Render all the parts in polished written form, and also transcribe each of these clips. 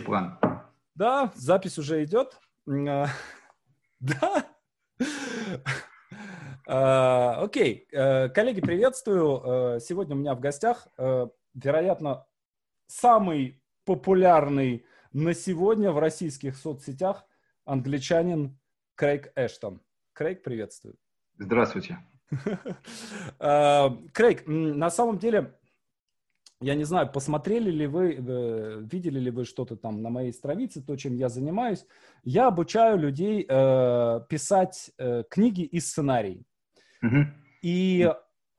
план. Да, запись уже идет. Да. Окей. Коллеги, приветствую. Сегодня у меня в гостях, вероятно, самый популярный на сегодня в российских соцсетях англичанин Крейг Эштон. Крейг, приветствую. Здравствуйте. Крейг, на самом деле, я не знаю, посмотрели ли вы, видели ли вы что-то там на моей странице, то, чем я занимаюсь. Я обучаю людей писать книги и сценарии. И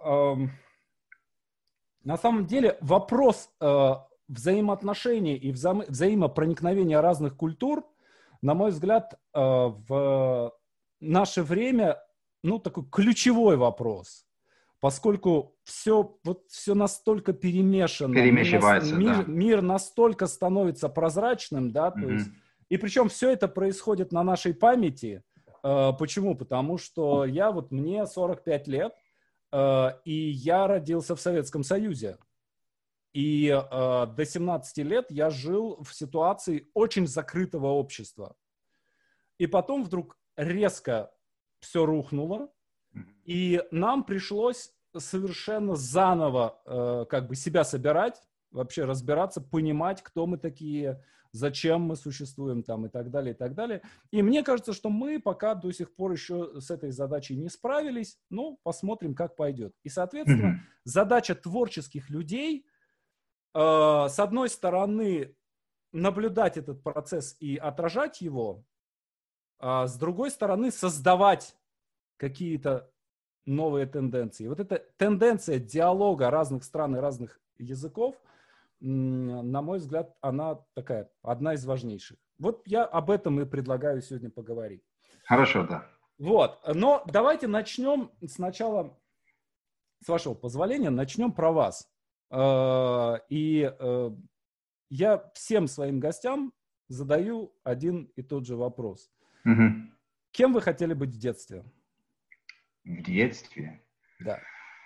на самом деле вопрос взаимоотношений и взаимопроникновения разных культур, на мой взгляд, в наше время, такой ключевой вопрос. Поскольку все настолько перемешано, Перемешивается, да. мир настолько становится прозрачным, да, то есть, и причем все это происходит на нашей памяти. Почему? Потому что мне 45 лет, и я родился в Советском Союзе. И до 17 лет я жил в ситуации очень закрытого общества. И потом вдруг резко все рухнуло, и нам пришлось совершенно заново себя собирать, вообще разбираться, понимать, кто мы такие, зачем мы существуем там и так далее, и так далее. И мне кажется, что мы пока до сих пор еще с этой задачей не справились, посмотрим, как пойдет. И, соответственно, задача творческих людей, с одной стороны, наблюдать этот процесс и отражать его, а с другой стороны, создавать какие-то новые тенденции. Вот эта тенденция диалога разных стран и разных языков, на мой взгляд, она такая, одна из важнейших. Вот я об этом и предлагаю сегодня поговорить. Хорошо, да. Вот, но давайте начнем сначала, с вашего позволения, начнем про вас. И я всем своим гостям задаю один и тот же вопрос. Кем вы хотели быть в детстве? В детстве? Да.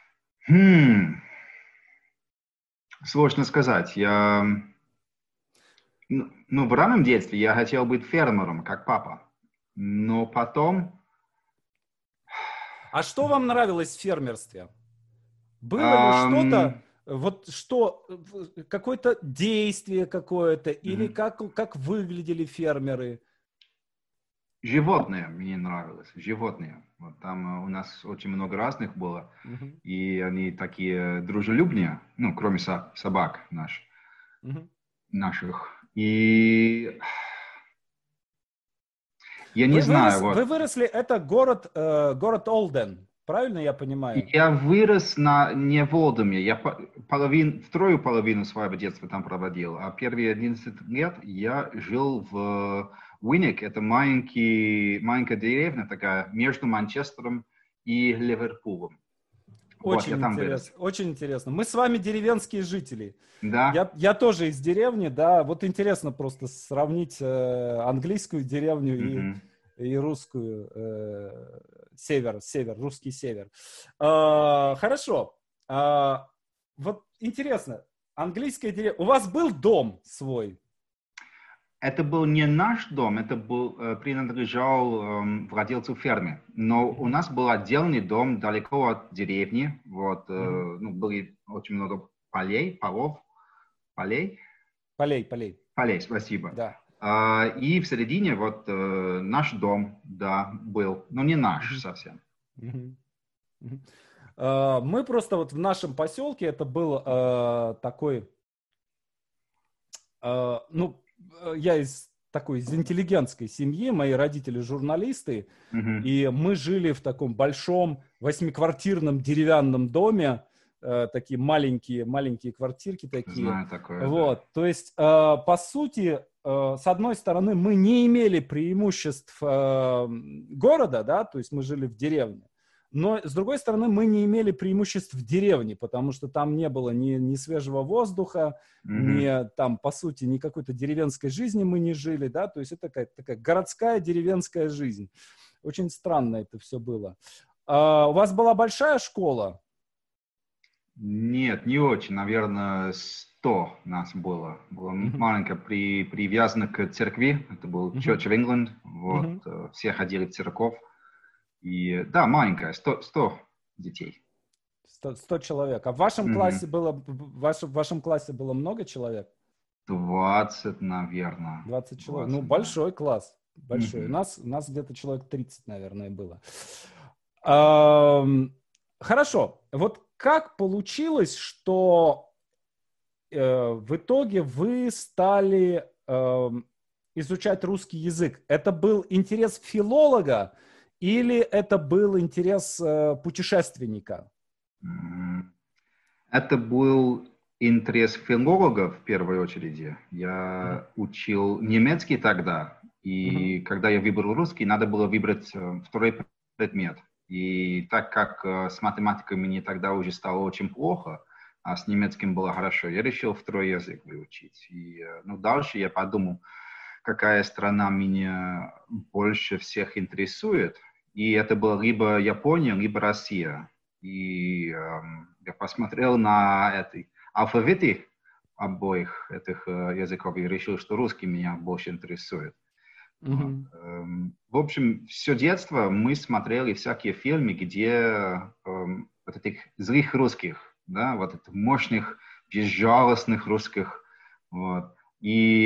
Сложно сказать. В раннем детстве я хотел быть фермером, как папа. Но потом... А что вам нравилось в фермерстве? Было ли что-то, какое-то действие какое-то, или как выглядели фермеры? Животные мне нравилось, животные. Вот там у нас очень много разных было, и они такие дружелюбные, кроме собак наших. И я не знаю. Вы выросли, это город Олден, правильно я понимаю? Я вырос не в Олдене, я вторую половину своего детства там проводил, а первые 11 лет я жил в Уинник, это маленькая деревня такая между Манчестером и Ливерпулем. Очень интересно, очень интересно. Мы с вами деревенские жители. Да. Я тоже из деревни, да. Вот интересно просто сравнить английскую деревню и русскую север, русский север. Хорошо. Вот интересно, английская деревня. У вас был дом свой? Это был не наш дом, это принадлежал владельцу фермы. Но у нас был отдельный дом далеко от деревни. Вот, были очень много полей. Полей, спасибо. Да. И в середине наш дом, да, был. Но не наш совсем. Мы просто в нашем поселке, это был такой... я из интеллигентской семьи, мои родители журналисты, и мы жили в таком большом 8-квартирном деревянном доме, такие маленькие квартирки такие. Знаю такое, вот, да. То есть, по сути, с одной стороны, мы не имели преимуществ города, да, то есть мы жили в деревне. Но, с другой стороны, мы не имели преимуществ в деревне, потому что там не было ни свежего воздуха, ни там, по сути, ни какой-то деревенской жизни мы не жили, да, то есть это такая городская деревенская жизнь. Очень странно это все было. У вас была большая школа? Нет, не очень, наверное, 100 нас было. Было Мгм. маленько привязано к церкви. Это был Мгм. Church of England. Вот, Мгм. все ходили в церковь. И да, маленькая, 100 детей. 100 человек. А в вашем классе Мгм. было, в вашем классе было много человек? 20, наверное. 20 человек. Ну, 20, да. большой класс. Большой. Мгм. У нас где-то человек 30, наверное, было. Ам, Хорошо. Вот как получилось, что в итоге вы стали изучать русский язык? Это был интерес филолога или это был интерес путешественника? М. Это был интерес филологов в первой очереди. Мгм. Я учил немецкий тогда, Мгм. и когда я выбрал русский, надо было выбрать второй предмет. И так как с математикой мне тогда уже стало очень плохо, а с немецким было хорошо, я решил второй язык выучить. И ну, дальше я подумал, какая страна меня больше всех интересует. И это было либо Япония, либо Россия. И я посмотрел на эти алфавиты обоих этих языков и решил, что русский меня больше интересует. Вот. Мгм. В общем, все детство мы смотрели всякие фильмы, где вот этих злых русских, да, вот этих мощных, безжалостных русских. Вот. И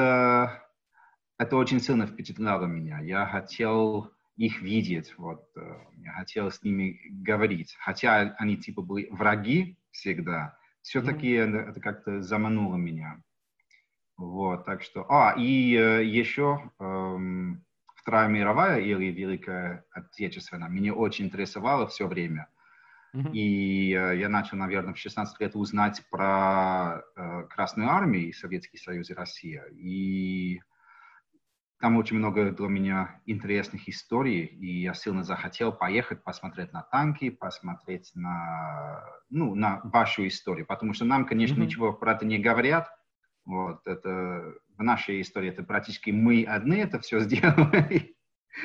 это очень сильно впечатляло меня. Я хотел их видеть, вот, я хотел с ними говорить. Хотя они типа были враги всегда, Мгм. все-таки это как-то замануло меня. Вот, так что... и еще Вторая мировая или Великая Отечественная меня очень интересовала все время. Мгм. И я начал, наверное, в 16 лет узнать про Красную Армию, Советский Союз и Россия. И там очень много для меня интересных историй, и я сильно захотел поехать, посмотреть на танки, посмотреть на, ну, на вашу историю, потому что нам, конечно, Мгм. ничего про это не говорят. Вот, это в нашей истории это практически мы одни это все сделали.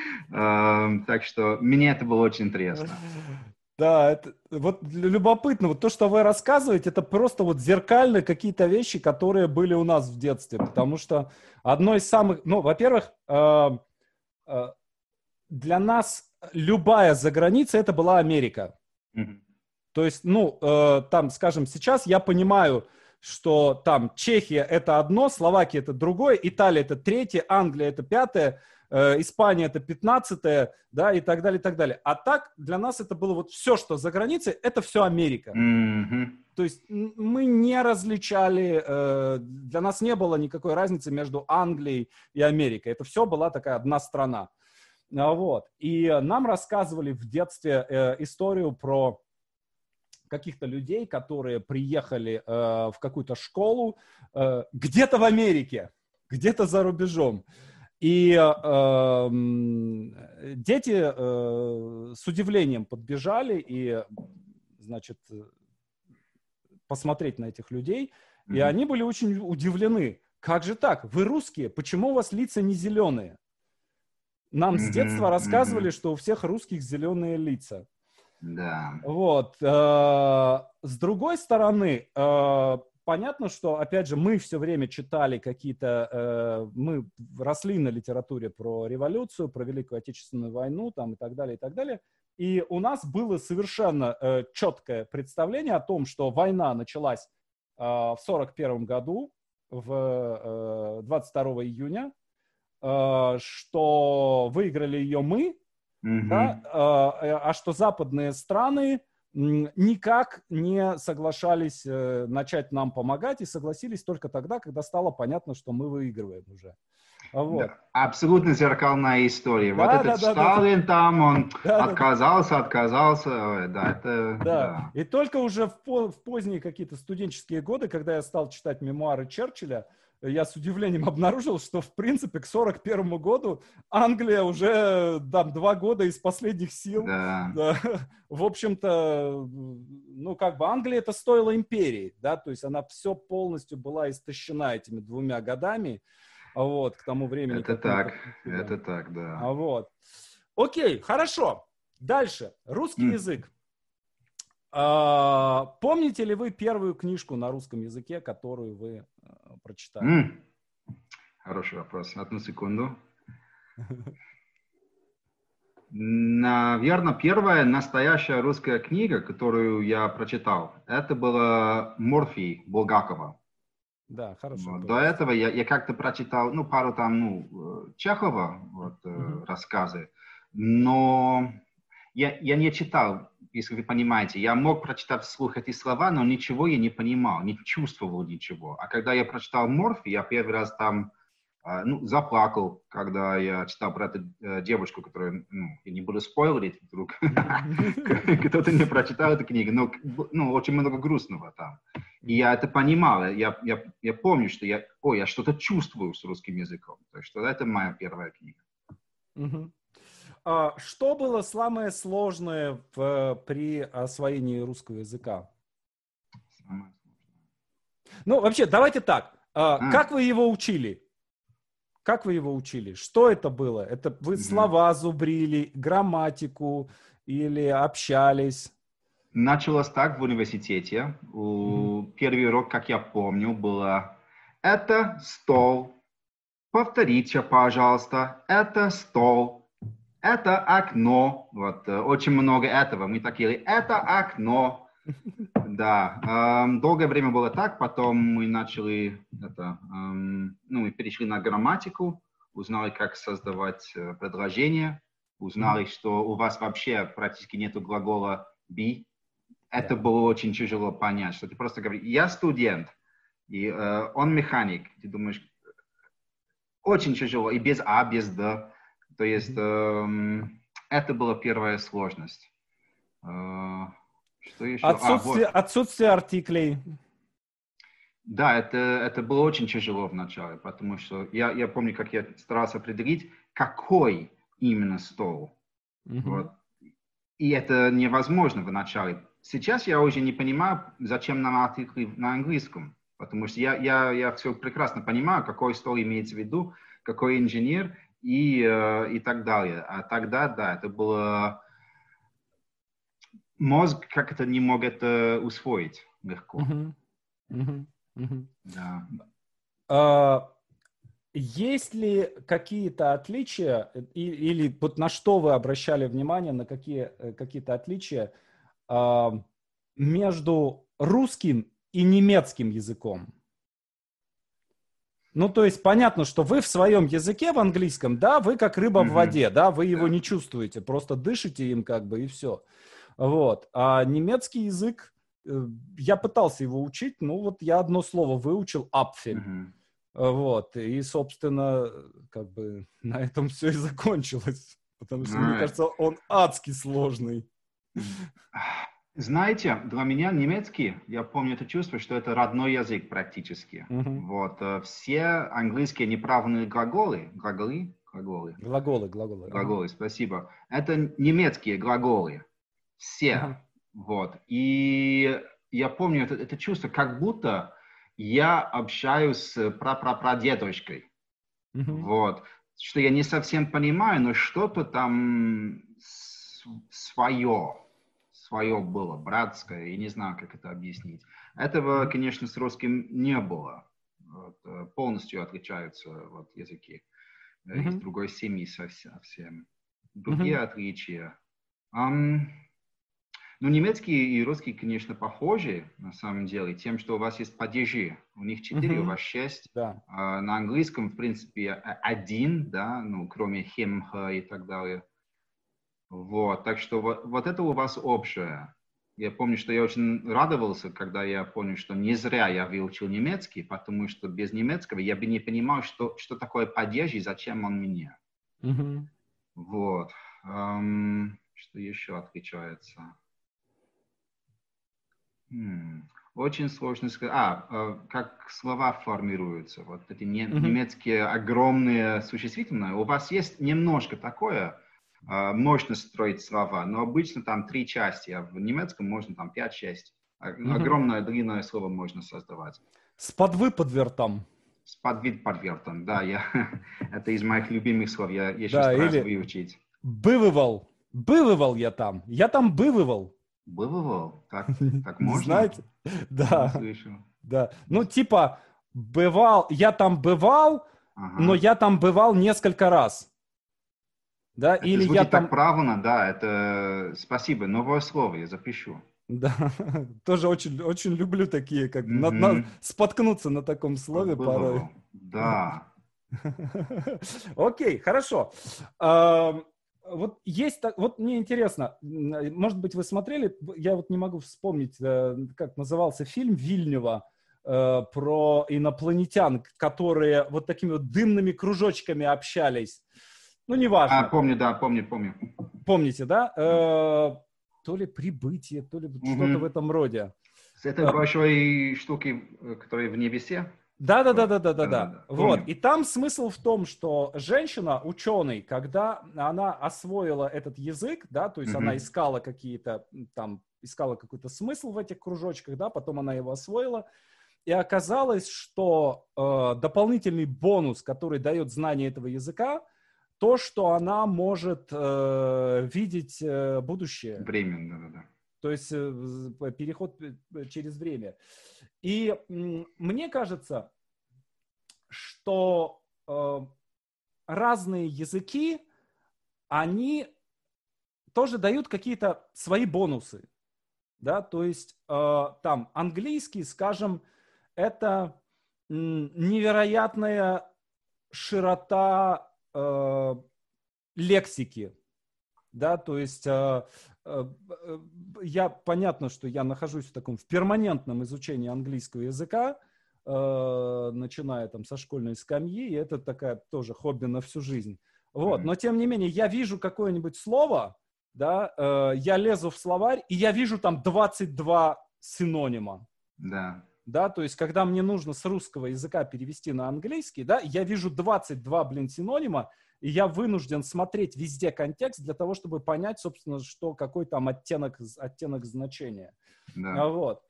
Так что мне это было очень интересно. Да, это вот любопытно, вот то, что вы рассказываете, это просто вот зеркально какие-то вещи, которые были у нас в детстве, потому что одно из самых, ну, во-первых, э, для нас любая заграница это была Америка. Мгм. То есть, ну, там, скажем, сейчас я понимаю, что там Чехия это одно, Словакия это другое, Италия это третье, Англия это пятое, Испания это 15-е, да, и так далее, и так далее. А так для нас это было вот все, что за границей, это все Америка. Мгм. То есть мы не различали, для нас не было никакой разницы между Англией и Америкой. Это все была такая одна страна. Вот. И нам рассказывали в детстве историю про каких-то людей, которые приехали в какую-то школу где-то в Америке, где-то за рубежом. И дети с удивлением подбежали и, значит, посмотреть на этих людей, и Мгм. они были очень удивлены. Как же так? Вы русские, почему у вас лица не зеленые? Нам с детства Мгм. рассказывали, Мгм. что у всех русских зеленые лица. Да. Вот. С другой стороны, понятно, что, опять же, мы все время читали какие-то... Мы росли на литературе про революцию, про Великую Отечественную войну там, и так далее, и так далее. И у нас было совершенно четкое представление о том, что война началась в 1941 году, в 22 июня, что выиграли ее мы, да, Мгм. а что западные страны никак не соглашались начать нам помогать и согласились только тогда, когда стало понятно, что мы выигрываем уже. Вот. Да, абсолютно зеркальная история. Вот Да, этот да, да, да, да, Сталин там, он да, да, да. отказался. Ой, да, это, Да, да. и только уже в поздние какие-то студенческие годы, когда я стал читать мемуары Черчилля, я с удивлением обнаружил, что, в принципе, к 1941 году Англия уже там 2 года из последних сил. Да, Да, в общем-то, ну, как бы Англия это стоило империи, да, то есть она все полностью была истощена этими 2 годами, вот, к тому времени, как мы подошли, да. это так, да. Вот. Окей, хорошо. Дальше. Русский М. язык. Помните ли вы первую книжку на русском языке, которую вы прочитали? Хороший вопрос. Одну секунду. Наверное, первая настоящая русская книга, которую я прочитал, это была «Морфий» Булгакова. Да, хорошо. До этого я как-то прочитал, пару там, Чехова, рассказы, но я не читал, если вы понимаете. Я мог прочитать вслух эти слова, но ничего я не понимал, не чувствовал ничего. А когда я прочитал «Морфий», я первый раз там заплакал, когда я читал про эту девушку, которую, я не буду спойлерить, вдруг кто-то не прочитал эту книгу, но очень много грустного там. И я это понимал, я помню, что я что-то чувствую с русским языком. Так что это моя первая книга. Что было самое сложное при освоении русского языка? Вообще, давайте так. Как вы его учили? Как вы его учили? Что это было? Это вы слова зубрили, грамматику или общались? Началось так в университете. Первый урок, как я помню, было «Это стол». Повторите, пожалуйста. «Это стол». «Это окно». Вот, очень много этого. Мы такие «Это окно». Да, долгое время было так, потом мы начали мы перешли на грамматику, узнали, как создавать предложения, узнали, что у вас вообще практически нету глагола be. Это было очень тяжело понять, что ты просто говоришь, я студент, и он механик. Ты думаешь, очень тяжело, и без а, без д. То есть это была первая сложность. Что еще? Отсутствие артиклей. Да, это было очень тяжело вначале, потому что я помню, как я старался определить, какой именно стол. Вот. И это невозможно вначале. Сейчас я уже не понимаю, зачем нам артикли на английском, потому что я все прекрасно понимаю, какой стол имеется в виду, какой инженер и так далее. А тогда, да, это было... Мозг как-то не мог это усвоить легко. Да. Есть ли какие-то отличия, или вот на что вы обращали внимание, на какие-то отличия между русским и немецким языком? То есть понятно, что вы в своем языке, в английском, да, вы как рыба в воде, да, вы его не чувствуете, просто дышите им и все. Вот. А немецкий язык, я пытался его учить, я одно слово выучил, «апфель». Вот. И, собственно, на этом все и закончилось. Потому что, мне кажется, он адски сложный. Знаете, для меня немецкий, я помню это чувство, что это родной язык практически. Вот. Все английские неправильные глаголы, спасибо, это немецкие глаголы. Все. Вот. И я помню это чувство, как будто я общаюсь с прапрапрадедушкой. Вот. Что я не совсем понимаю, но что-то там свое было, братское, и не знаю, как это объяснить. Этого, конечно, с русским не было. Вот. Полностью отличаются языки. Из другой семьи совсем. Другие отличия. Немецкий и русский, конечно, похожи, на самом деле, тем, что у вас есть падежи. У них 4, у вас 6. Да. На английском, в принципе, 1, да, кроме him, her и так далее. Вот, так что вот это у вас общее. Я помню, что я очень радовался, когда я понял, что не зря я выучил немецкий, потому что без немецкого я бы не понимал, что такое падеж и зачем он мне. Вот. Что еще отличается? Очень сложно сказать. Как слова формируются. Вот эти немецкие огромные существительные. У вас есть немножко такое, можно строить слова, но обычно там 3 части, а в немецком можно там 5-6. Огромное длинное слово можно создавать. С подвыподвертом. С подвидподвертом, да. Это из моих любимых слов. Я еще стараюсь выучить. Бывывал. Бывывал я там. Я там бывывал. Бывало. Так Не можно? знаете? Не Да, слышал. да. Ну, типа, бывал, я там бывал, но Ага. я там бывал несколько раз. Да, Это или я звучит так там, правильно, да, это спасибо, новое слово, я запишу. да, тоже очень, очень люблю такие, как бы, Угу. споткнуться на таком слове порой. Бывало. Да. Окей, хорошо. Вот есть, вот мне интересно, может быть, вы смотрели, я вот не могу вспомнить, как назывался фильм Вильнева про инопланетян, которые вот такими вот дымными кружочками общались. Ну, неважно. Помню, да, помню. Помните, да? Да. То ли прибытие, то ли что-то в Мгм. этом роде. С этой большой штуки, которая в небесе? Да, да, да, Такое? да, да, да, да. Да. Вот. Помню. И там смысл в том, что женщина, ученый, когда она освоила этот язык, да, то есть она Мгм. искала какие-то там, искала какой-то смысл в этих кружочках, да, потом она его освоила, и оказалось, что дополнительный бонус, который дает знание этого языка, то, что она может видеть будущее. Временно, да. То есть переход через время. И мне кажется, что разные языки, они тоже дают какие-то свои бонусы. Да? То есть там английский, скажем, это невероятная широта лексики. Да, то есть понятно, что я нахожусь в таком в перманентном изучении английского языка, начиная там со школьной скамьи, и это такая тоже хобби на всю жизнь. Вот, Мгм. но тем не менее, я вижу какое-нибудь слово, да, я лезу в словарь, и я вижу там 22 синонима. Да. Да, то есть, когда мне нужно с русского языка перевести на английский, да, я вижу 22, синонима, и я вынужден смотреть везде контекст для того, чтобы понять, собственно, что, какой там оттенок значения. Да. Вот.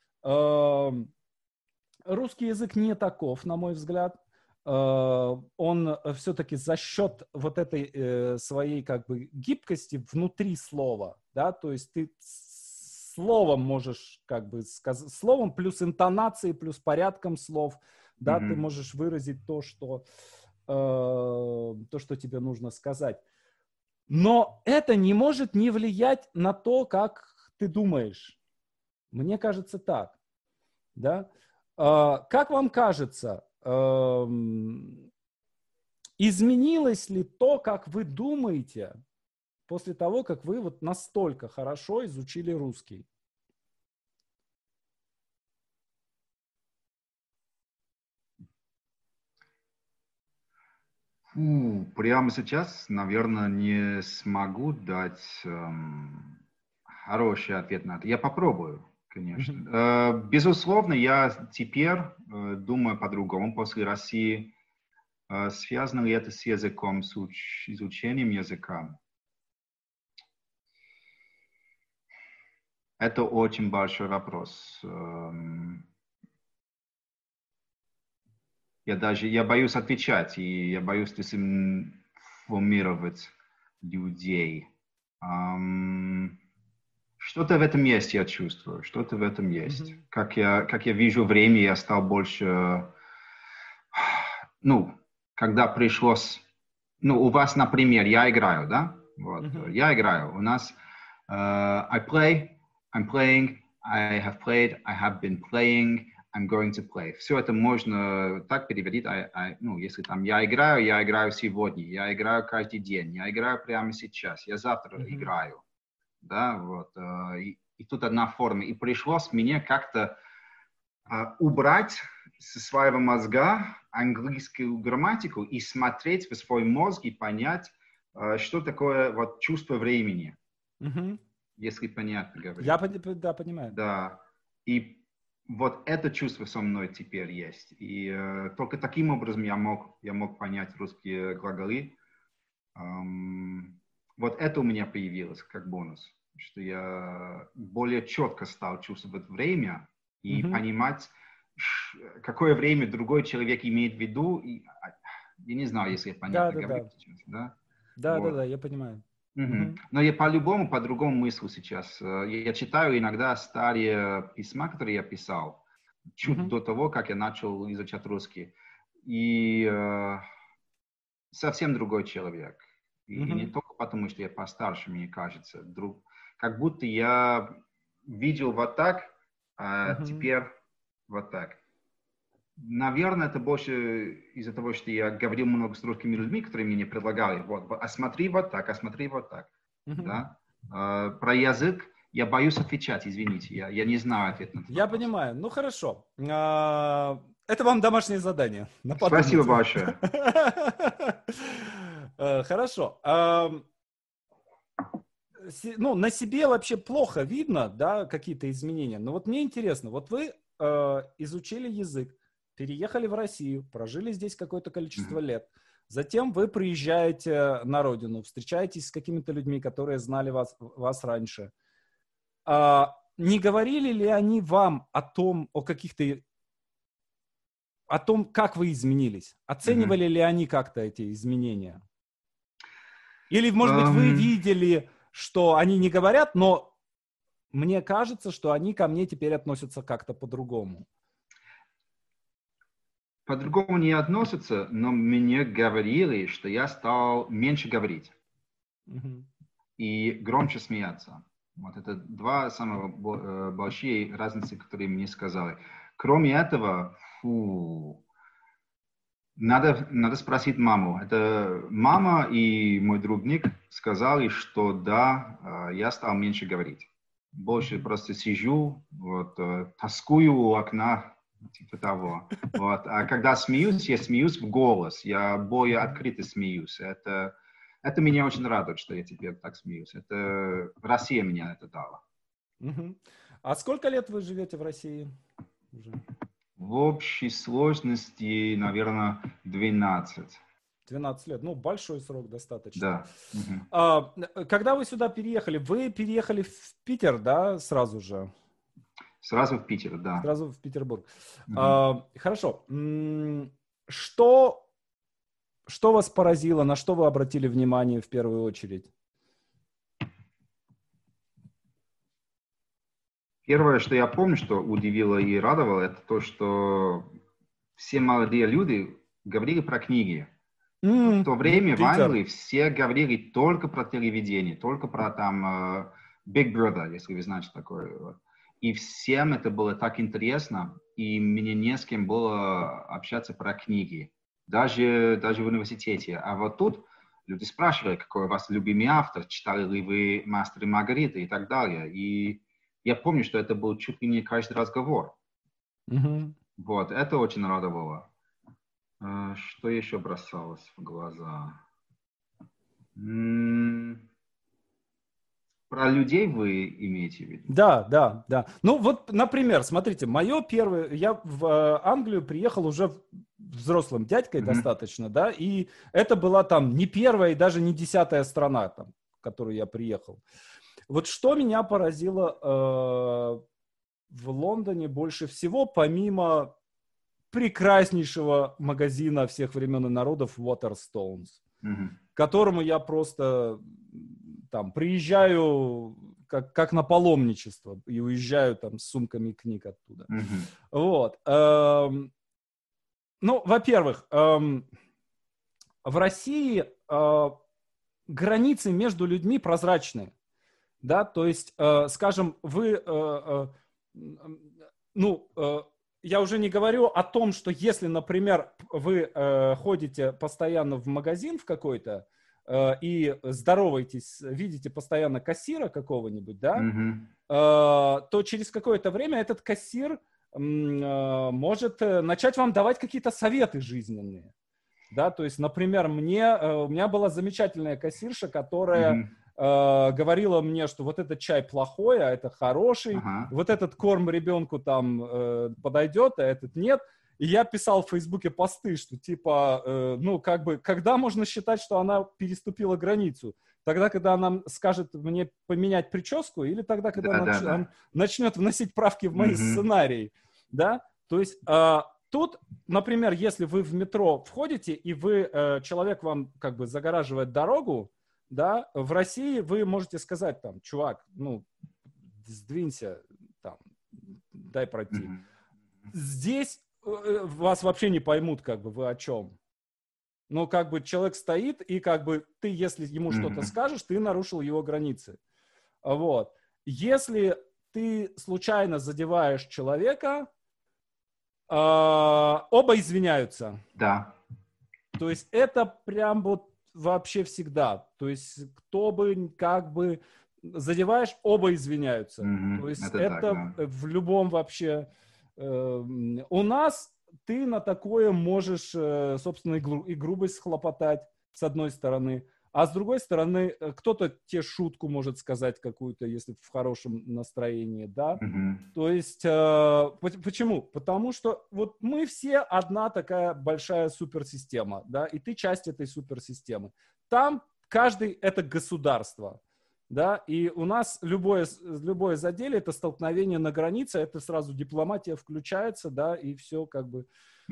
Русский язык не таков, на мой взгляд. Он все-таки за счет вот этой своей как бы гибкости внутри слова, да, то есть ты словом можешь как бы сказать, словом плюс интонацией, плюс порядком слов, да, ты Мгм. можешь выразить то, что тебе нужно сказать. Но это не может не влиять на то, как ты думаешь. Мне кажется так, да. Как вам кажется, изменилось ли то, как вы думаете, после того, как вы вот настолько хорошо изучили русский? Прямо сейчас, наверное, не смогу дать хороший ответ на это. Я попробую, конечно. Мгм. Безусловно, я теперь думаю по-другому после России. Связано ли это с языком, с изучением языка? Это очень большой вопрос. Я боюсь отвечать, и я боюсь дезинформировать людей. Что-то в этом есть, я чувствую, что-то в этом есть. Мгм. Как я вижу время, я стал больше, ну, когда пришлось, у вас, например, я играю, да? Вот, Мгм. я играю. У нас I play, I'm playing, I have played, I have been playing, I'm going to play. Все это можно так переводить, если там я играю сегодня, я играю каждый день, я играю прямо сейчас, я завтра Мгм. играю, да, вот. И тут одна форма. И пришлось мне как-то убрать со своего мозга английскую грамматику и смотреть в свой мозг и понять, что такое вот чувство времени, Мгм. если понятно Я говорить. да, понимаю. Да. И вот это чувство со мной теперь есть. И только таким образом я мог понять русские глаголы. Вот это у меня появилось как бонус, что я более четко стал чувствовать время и Мгм. понимать, какое время другой человек имеет в виду. Я не знаю, если я Да, понятно да, говорю да. сейчас, да? Да, да, Вот. да, я понимаю. Но я по-любому, по-другому мыслю сейчас. Я читаю иногда старые письма, которые я писал, чуть до того, как я начал изучать русский. И совсем другой человек. И не только потому, что я постарше, мне кажется. Как будто я видел вот так, а теперь вот так. Наверное, это больше из-за того, что я говорил много с русскими людьми, которые мне предлагали. Вот, а смотри вот так, а смотри вот так. Да? Про язык я боюсь отвечать, извините. Я не знаю ответ на этот Я вопрос. понимаю. Ну, хорошо. Это вам домашнее задание. Спасибо большое. Хорошо. Ну, на себе вообще плохо видно, да, какие-то изменения. Но вот мне интересно, вот вы изучили язык, переехали в Россию, прожили здесь какое-то количество лет. Затем вы приезжаете на родину, встречаетесь с какими-то людьми, которые знали вас раньше. Не говорили ли они вам о том, как вы изменились? Оценивали ли они как-то эти изменения? Или, может быть, вы видели, что они не говорят, но мне кажется, что они ко мне теперь относятся как-то по-другому. По-другому не относятся, но мне говорили, что я стал меньше говорить и громче смеяться. Вот это два самых большие разницы, которые мне сказали. Кроме этого, надо спросить маму. Это мама и мой друг Ник сказали, что да, я стал меньше говорить. Больше просто сижу, вот, тоскую у окна, типа того. Вот. А когда смеюсь, я смеюсь в голос. Я более открыто смеюсь. Это меня очень радует, что я теперь так смеюсь. Это Россия меня это дала. А сколько лет вы живете в России? В общей сложности, наверное, 12. 12 лет. Ну, большой срок достаточно. Да. Когда вы сюда переехали, вы переехали в Питер, да, сразу же? Сразу в Питер, да. Сразу в Петербург. Хорошо. Что вас поразило, на что вы обратили внимание в первую очередь? Первое, что я помню, что удивило и радовало, это то, что все молодые люди говорили про книги. В то время в Англии все говорили только про телевидение, только про там Big Brother, если вы знаете такое. И всем это было так интересно, и мне не с кем было общаться про книги, даже в университете. А вот тут люди спрашивали, какой у вас любимый автор, читали ли вы «Мастер и Маргарита» и так далее. И я помню, что это был чуть ли не каждый разговор. Вот, это очень радовало. Что еще бросалось в глаза? Про людей вы имеете в виду? Да. Ну вот, например, смотрите, я в Англию приехал уже взрослым дядькой достаточно, да, и это была там не первая и даже не 10-я страна, там, в которую я приехал. Вот что меня поразило в Лондоне больше всего, помимо прекраснейшего магазина всех времен и народов Waterstones, к которому я просто там приезжаю как на паломничество и уезжаю там с сумками книг оттуда. Вот. Ну, во-первых, в России границы между людьми прозрачны. Да, то есть, скажем, я уже не говорю о том, что если, например, вы ходите постоянно в магазин в какой-то и здороваетесь, видите постоянно кассира какого-нибудь, да, то через какое-то время этот кассир может начать вам давать какие-то советы жизненные. Да, то есть, например, у меня была замечательная кассирша, которая говорила мне, что вот этот чай плохой, а это хороший, вот этот корм ребенку там подойдет, а этот нет. И я писал в Фейсбуке посты, что типа, когда можно считать, что она переступила границу? Тогда, когда она скажет мне поменять прическу, или тогда, когда она начнет вносить правки в мои сценарии, да? То есть тут, например, если вы в метро входите, и человек вам как бы загораживает дорогу, да, в России вы можете сказать там, чувак, ну, сдвинься, там, дай пройти. Здесь вас вообще не поймут, как бы, вы о чем. Но как бы человек стоит, и как бы ты, если ему что-то скажешь, ты нарушил его границы. Вот. Если ты случайно задеваешь человека, оба извиняются. Да. То есть это прям вот вообще всегда. То есть кто бы, как бы задеваешь, оба извиняются. То есть Это это так, да. в любом вообще... у нас ты на такое можешь, собственно, и грубость схлопотать, с одной стороны. А с другой стороны, кто-то тебе шутку может сказать какую-то, если в хорошем настроении, да. То есть, почему? Потому что вот мы все одна такая большая суперсистема, да, и ты часть этой суперсистемы. Там каждый это государство, да, и у нас любое заделье это столкновение на границе, это сразу дипломатия включается, да, и все как бы...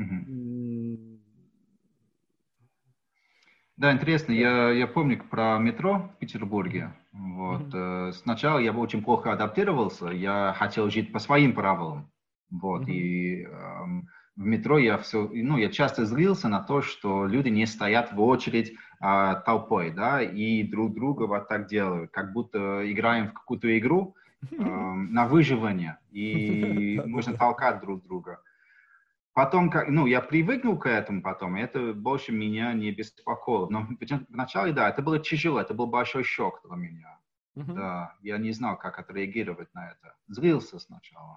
Да, интересно. Я помню про метро в Петербурге. Вот. Сначала я очень плохо адаптировался. Я хотел жить по своим правилам. Вот. И в метро я часто злился на то, что люди не стоят в очередь толпой, да, и друг друга вот так делают, как будто играем в какую-то игру на выживание, и можно толкать друг друга. Потом, я привыкнул к этому потом, и это больше меня не беспокоило. Но вначале, да, это было тяжело, это был большой шок для меня. Да, я не знал, как отреагировать на это. Злился сначала.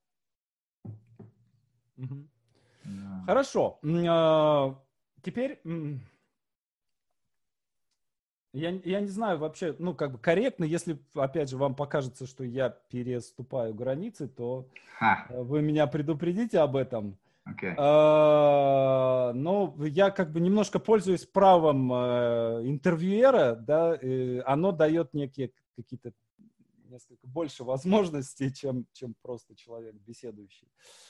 Да. Хорошо. Теперь, я не знаю вообще, ну, как бы корректно, если, опять же, вам покажется, что я переступаю границы, то вы меня предупредите об этом. Okay. Но я как бы немножко пользуюсь правом интервьюера, да, оно дает некие какие-то несколько больше возможностей, чем просто человек беседующий.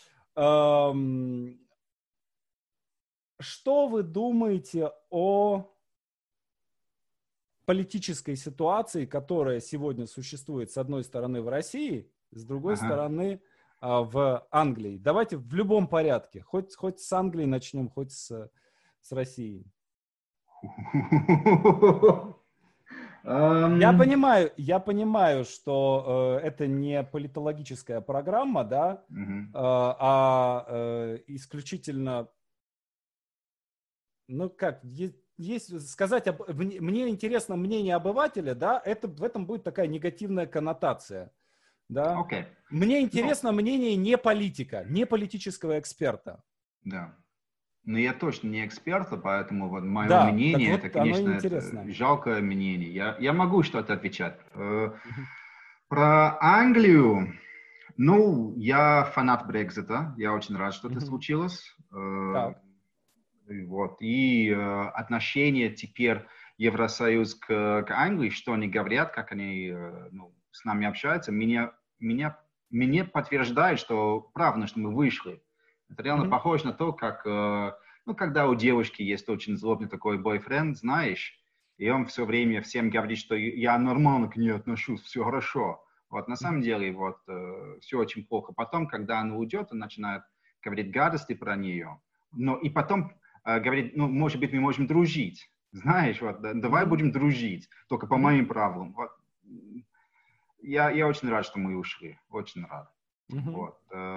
Что вы думаете о политической ситуации, которая сегодня существует, с одной стороны, в России, с другой стороны, в Англии? Давайте в любом порядке. Хоть с Англии начнем, хоть с Россией. Я понимаю, что это не политологическая программа, да, а исключительно, ну как, есть сказать, мне интересно мнение обывателя, да, в этом будет такая негативная коннотация, да. Okay. Мне интересно мнение не политика, не политического эксперта. Да. Но я точно не эксперт, поэтому вот мое мнение, это, конечно, это жалкое мнение. Я могу что-то отвечать. Про Англию, ну, я фанат Брексита, я очень рад, что это случилось. Вот. И отношение теперь Евросоюз к Англии, что они говорят, как они с нами общаются, мне подтверждает, что правда, что мы вышли. Это реально похоже на то, как, когда у девушки есть очень злобный такой бойфренд, знаешь, и он все время всем говорит, что я нормально к ней отношусь, все хорошо. Вот на самом деле вот все очень плохо. Потом, когда она уйдет, он начинает говорить гадости про нее. Но и потом говорит, ну, может быть, мы можем дружить. Знаешь, вот, давай будем дружить, только по моим правилам. Вот. Я очень рад, что мы ушли. Очень рад. Вот.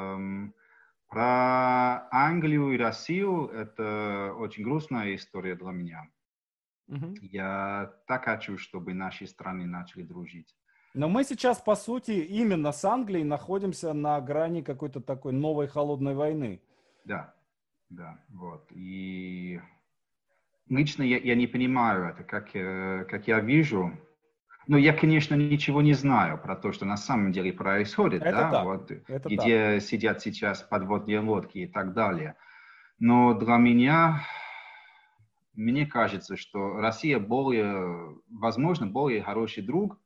Про Англию и Россию это очень грустная история для меня. Я так хочу, чтобы наши страны начали дружить. Но мы сейчас, по сути, именно с Англией находимся на грани какой-то такой новой холодной войны. Да, вот. И лично я не понимаю это, как я вижу. Но я, конечно, ничего не знаю про то, что на самом деле происходит, это да, так. вот, это где сидят сейчас подводные лодки и так далее. Но для меня, мне кажется, что Россия возможно, более хороший друг,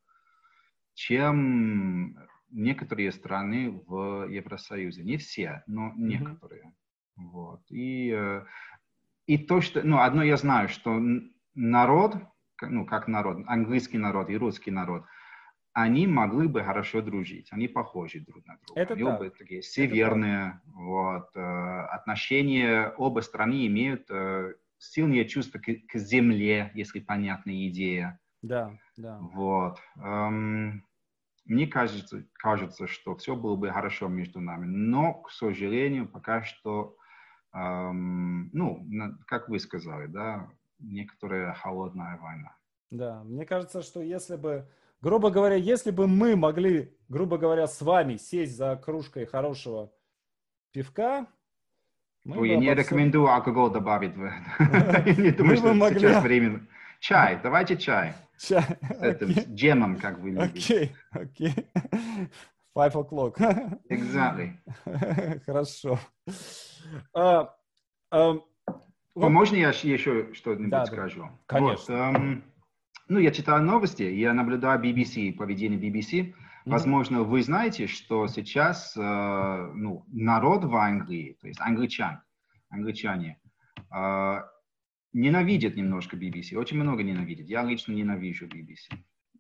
чем некоторые страны в Евросоюзе. Не все, но некоторые. Вот. И то, что, одно я знаю, что народ ну, как народ, английский народ и русский народ, они могли бы хорошо дружить, они похожи друг на друга. Это они так. оба такие северные, вот, отношения, оба страны имеют сильные чувства к земле, если понятная идея. Да, да. Вот. Мне кажется, что все было бы хорошо между нами, но, к сожалению, пока что, ну, как вы сказали, да, некоторая холодная война. Да, мне кажется, что если бы, грубо говоря, если бы мы могли, грубо говоря, с вами сесть за кружкой хорошего пивка, мы бы Я не обо всем... рекомендую алкоголь добавить в это. Я не думаю, что сейчас временно. Чай, давайте чай. Чай, С джемом, как вы любите. Окей. 5 o'clock. Exactly. Хорошо. Можно я еще что-нибудь скажу? Конечно. Ну, я читаю новости, я наблюдаю BBC, поведение BBC. Возможно, вы знаете, что сейчас ну, народ в Англии, то есть англичане, ненавидят немножко BBC, очень много ненавидят. Я лично ненавижу BBC.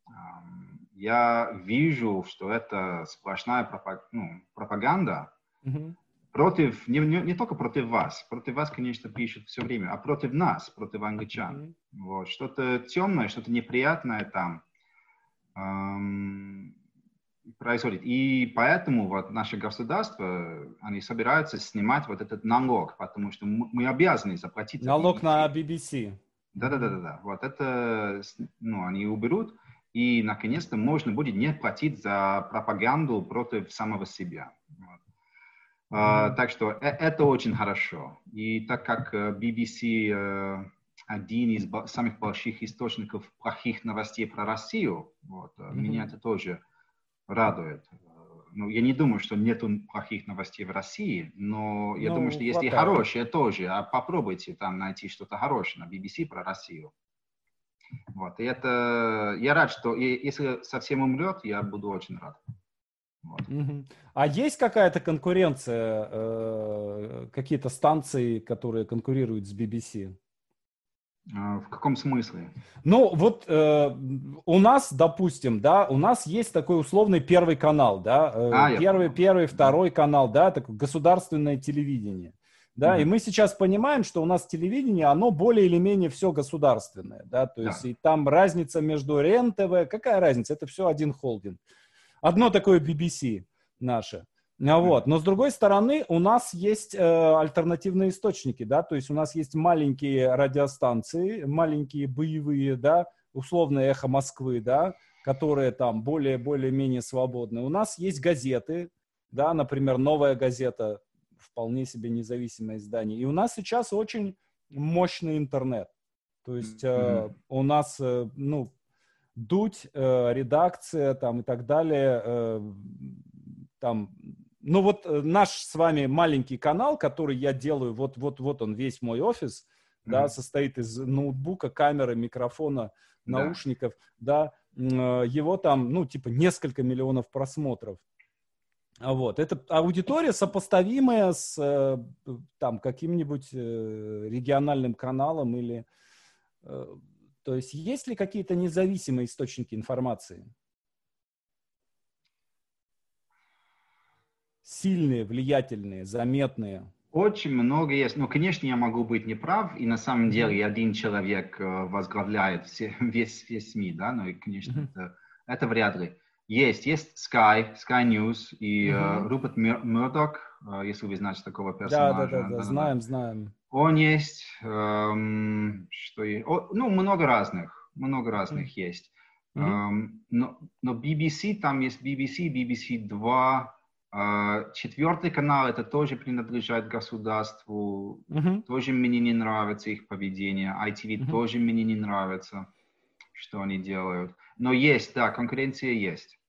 Я вижу, что это сплошная пропаганда против, не только против вас, конечно, пишут все время, а против нас, против англичан. Вот. Что-то темное, что-то неприятное там происходит. И поэтому вот наше государство, они собираются снимать вот этот налог, потому что мы обязаны заплатить. Налог на BBC. Да. Вот это, ну, они уберут, и наконец-то можно будет не платить за пропаганду против самого себя. Вот. Так что это очень хорошо. И так как BBC один из самых больших источников плохих новостей про Россию, вот, меня это тоже радует. Ну, я не думаю, что нету плохих новостей в России, но я думаю, что есть и хорошие тоже. А попробуйте там найти что-то хорошее на BBC про Россию. Вот. И это... Я рад, что если совсем умрет, я буду очень рад. Вот. А есть какая-то конкуренция, какие-то станции, которые конкурируют с BBC? В каком смысле? Ну, вот у нас, допустим, да, у нас есть такой условный первый канал, да, первый, второй канал, да, такое государственное телевидение, да, и мы сейчас понимаем, что у нас телевидение, оно более или менее все государственное, да, то есть и там разница между РЕН-ТВ, какая разница, это все один холдинг. Одно такое BBC наше. Вот. Но с другой стороны, у нас есть альтернативные источники, да, то есть у нас есть маленькие радиостанции, маленькие боевые, да, условно «Эхо Москвы», да, которые там более-менее свободны. У нас есть газеты, да, например, «Новая газета», вполне себе независимое издание. И у нас сейчас очень мощный интернет. То есть у нас, ну, Дудь, редакция там и так далее, там, ну вот наш с вами маленький канал, который я делаю, вот он весь мой офис, да, состоит из ноутбука, камеры, микрофона, наушников, да, его там, ну, типа несколько миллионов просмотров. Вот, это аудитория, сопоставимая с там каким-нибудь региональным каналом или... То есть есть ли какие-то независимые источники информации? Сильные, влиятельные, заметные? Очень много есть. Ну, конечно, я могу быть неправ, и на самом деле один человек возглавляет весь СМИ, да, ну и, конечно, это вряд ли. Есть Sky News и Руперт Мёрдок, если вы знаете такого персонажа. Да, знаем. Он есть, ну, много разных есть. Но BBC, там есть BBC 2, четвертый канал, это тоже принадлежит государству, тоже мне не нравится их поведение, ITV тоже мне не нравится, что они делают. Но есть, да, конкуренция есть.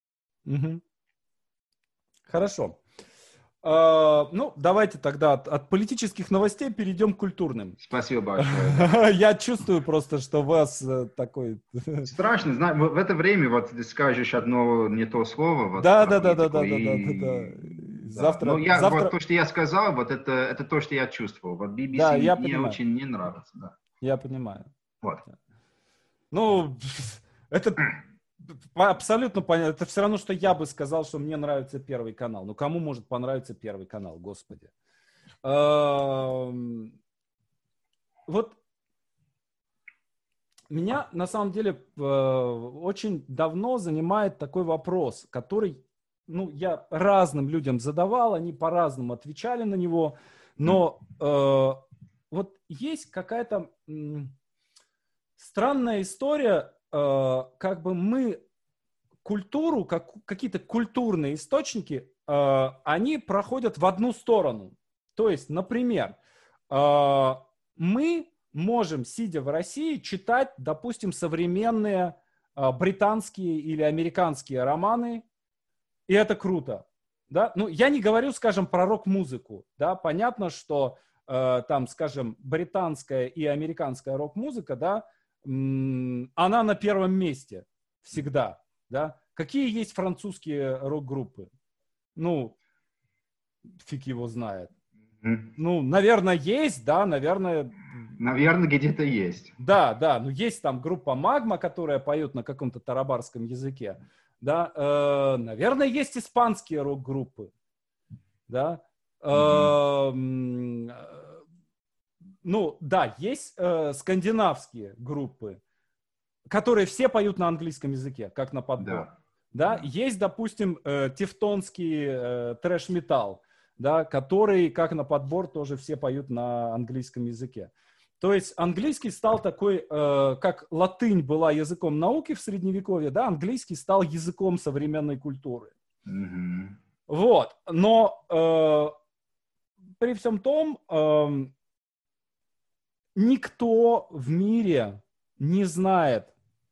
Хорошо. Ну, давайте тогда от политических новостей перейдем к культурным. Спасибо большое. Я чувствую просто, что у вас такой... Страшно, знаю, в это время вот ты скажешь одно не то слово. Вот, да. Завтра... Вот то, что я сказал, вот это то, что я чувствовал. Вот BBC мне очень не нравится. Да. Я понимаю. Вот. Ну, это абсолютно понятно. Это все равно, что я бы сказал, что мне нравится Первый канал. Ну, кому может понравиться Первый канал, господи. Вот меня, на самом деле, очень давно занимает такой вопрос, который, ну, я разным людям задавал, они по-разному отвечали на него, но вот есть какая-то странная история, как бы мы культуру, какие-то культурные источники, они проходят в одну сторону. То есть, например, мы можем, сидя в России, читать, допустим, современные британские или американские романы, и это круто. Да? Ну, я не говорю, скажем, про рок-музыку. Да? Понятно, что там, скажем, британская и американская рок-музыка, да, она на первом месте всегда. Да? Какие есть французские рок-группы? Ну, фиг его знает. Ну, наверное, есть, да, наверное... Наверное, где-то есть. Да, да, ну есть там группа «Магма», которая поет на каком-то тарабарском языке, да, наверное, есть испанские рок-группы, да, ну, да, есть скандинавские группы, которые все поют на английском языке, как на подбор, да, есть, допустим, тевтонский трэш-металл, да, который, как на подбор, тоже все поют на английском языке. То есть английский стал такой, как латынь была языком науки в Средневековье, да, английский стал языком современной культуры. Вот, но при всем том, никто в мире не знает.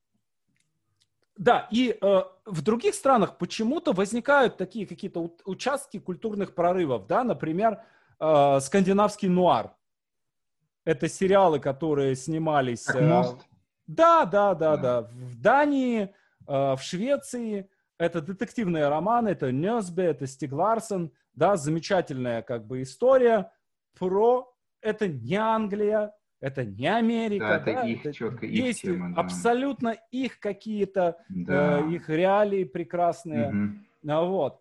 Да, и в других странах почему-то возникают такие какие-то участки культурных прорывов, да, например, скандинавский нуар. Это сериалы, которые снимались... Как «Мост»? Да. В Дании, в Швеции. Это детективные романы, это Нёсбе, это Стиг Ларсон. Да, замечательная как бы история про... Это не Англия, это не Америка. Да, это их, четко их тема. Да. Абсолютно их какие-то, их реалии прекрасные. Вот.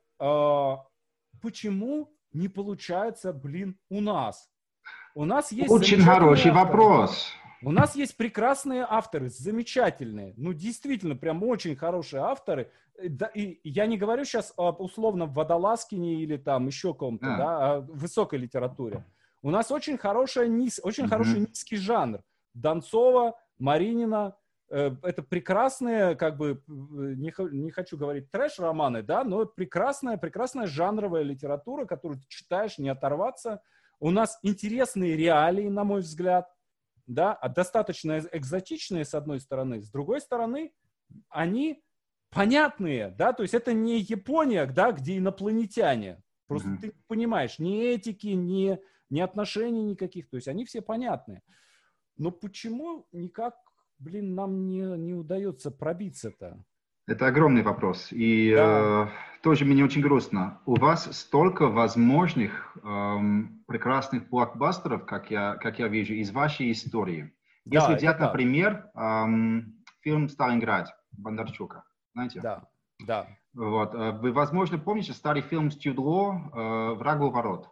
Почему не получается, блин, у нас? У нас есть очень хороший авторы. Вопрос. У нас есть прекрасные авторы, замечательные, ну действительно, прям очень хорошие авторы. Да, и я не говорю сейчас об условном Водолазкине или там еще ком-то, да, о высокой литературе. У нас очень хороший низкий жанр. Донцова, Маринина, это прекрасные, как бы, не хочу говорить трэш-романы, да, но прекрасная жанровая литература, которую ты читаешь, не оторваться. У нас интересные реалии, на мой взгляд, да, достаточно экзотичные, с одной стороны, с другой стороны, они понятные, да, то есть это не Япония, да, где инопланетяне, просто ты понимаешь, ни этики, ни отношений никаких, то есть они все понятные. Но почему никак, блин, нам не удается пробиться-то? Это огромный вопрос. И тоже мне очень грустно. У вас столько возможных прекрасных блокбастеров, как я вижу, из вашей истории. Да, если взять, например, фильм «Сталинград» Бондарчука, знаете? Да. Вот. Вы, возможно, помните старый фильм с Jude Law «Враг у ворот»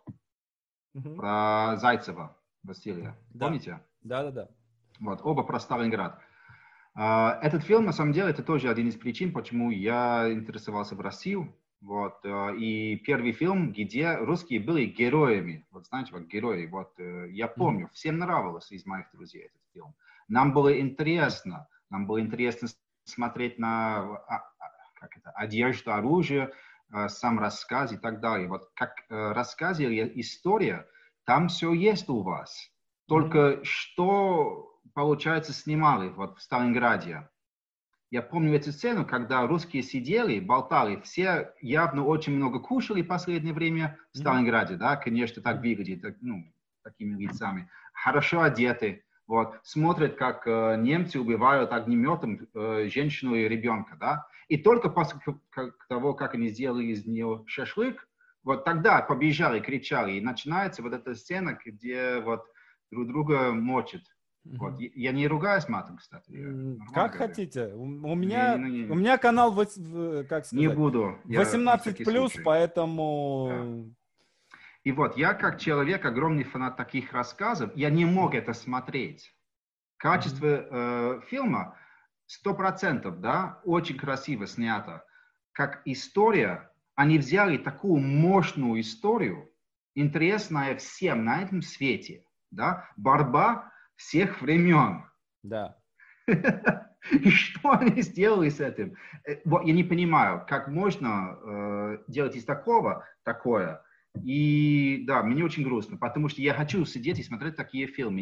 про Зайцева, Василия. Помните? Да. Вот, оба про Сталинград. Этот фильм, на самом деле, это тоже один из причин, почему я интересовался в Россию. Вот, и первый фильм, где русские были героями. Вот знаете, вот герои. Вот, я помню, всем нравилось из моих друзей этот фильм. Нам было интересно смотреть на одежду, оружие, сам рассказ и так далее. Вот как рассказ или история, там все есть у вас. Только что, получается, снимали вот в Сталинграде. Я помню эту сцену, когда русские сидели, болтали, все явно очень много кушали в последнее время в Сталинграде, да, конечно, так выглядит, ну, такими лицами. Хорошо одеты, вот, смотрят, как немцы убивают огнеметом женщину и ребенка, да, и только после того, как они сделали из нее шашлык, вот тогда побежали, кричали, и начинается вот эта сцена, где вот друг друга мочат. Вот. Я не ругаюсь матом, кстати. Как говорю. Хотите. У меня канал, как сказать, не буду. 18+, поэтому... Да. И вот, я как человек, огромный фанат таких рассказов, я не мог это смотреть. Качество фильма 100%, да, очень красиво снято. Как история, они взяли такую мощную историю, интересная всем на этом свете, да, борьба всех времен. Да. И что они сделали с этим? Вот, я не понимаю, как можно делать из такого такое. И да, мне очень грустно, потому что я хочу сидеть и смотреть такие фильмы.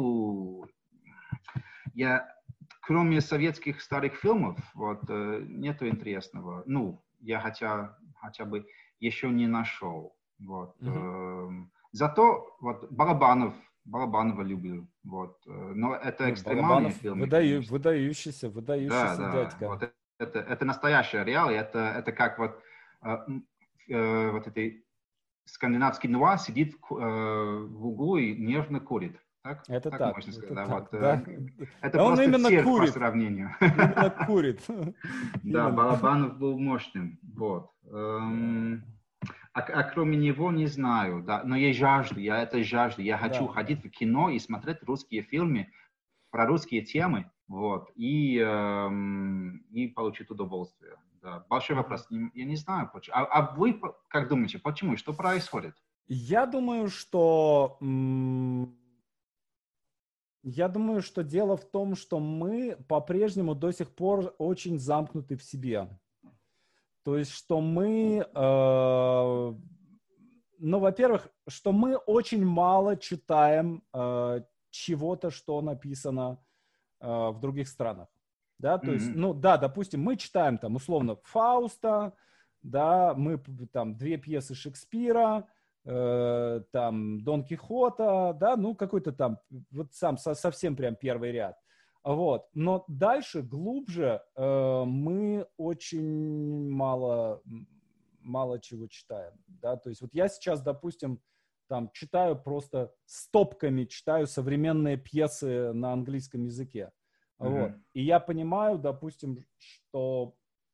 Кроме советских старых фильмов, вот, нету интересного. Ну, я хотя бы еще не нашел. Вот. Зато вот Балабанова люблю. Вот. Но это экстремальный фильм. Выдающийся дядька. Да. Вот это настоящая реал. Это как вот этой скандинавский нуар сидит в углу и нервно курит. Так? Это так. Можно сказать. Да, вот, да. Это он просто именно цирк курит. по сравнению. Именно курит. Да, Балабанов был мощным. Вот. А кроме него не знаю. Да. Но я жажду. Я хочу ходить в кино и смотреть русские фильмы про русские темы. Вот. И получить удовольствие. Да. Большой вопрос. Я не знаю, почему. А вы как думаете, почему? Что происходит? Я думаю, что дело в том, что мы по-прежнему до сих пор очень замкнуты в себе. То есть, что мы, во-первых, что мы очень мало читаем чего-то, что написано в других странах. Да, то есть, допустим, мы читаем там условно Фауста, да, мы там 2 пьесы Шекспира, там Дон Кихота, да, какой-то там, вот совсем прям первый ряд. Вот. Но дальше, глубже, мы очень мало чего читаем, да, то есть вот я сейчас, допустим, там читаю просто стопками, читаю современные пьесы на английском языке. Вот. И я понимаю, допустим, что,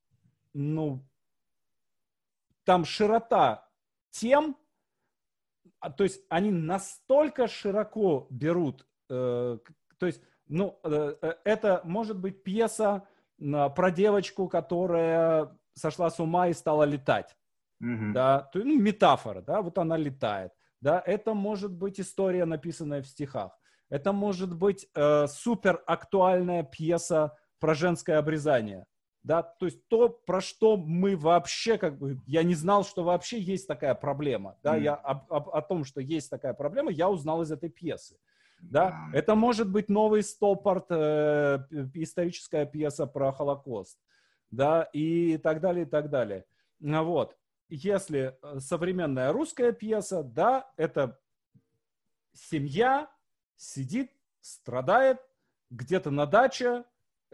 там широта тем, то есть они настолько широко берут, то есть, это может быть пьеса про девочку, которая сошла с ума и стала летать, да, метафора, да, вот она летает, да, это может быть история, написанная в стихах. Это может быть супер актуальная пьеса про женское обрезание. Да? То есть то, про что мы вообще, я не знал, что вообще есть такая проблема. Да? Я о том, что есть такая проблема, я узнал из этой пьесы. Да? Это может быть новый Стоппарт, историческая пьеса про Холокост. Да? И так далее, и так далее. Вот. Если современная русская пьеса, да, это семья сидит, страдает, где-то на даче,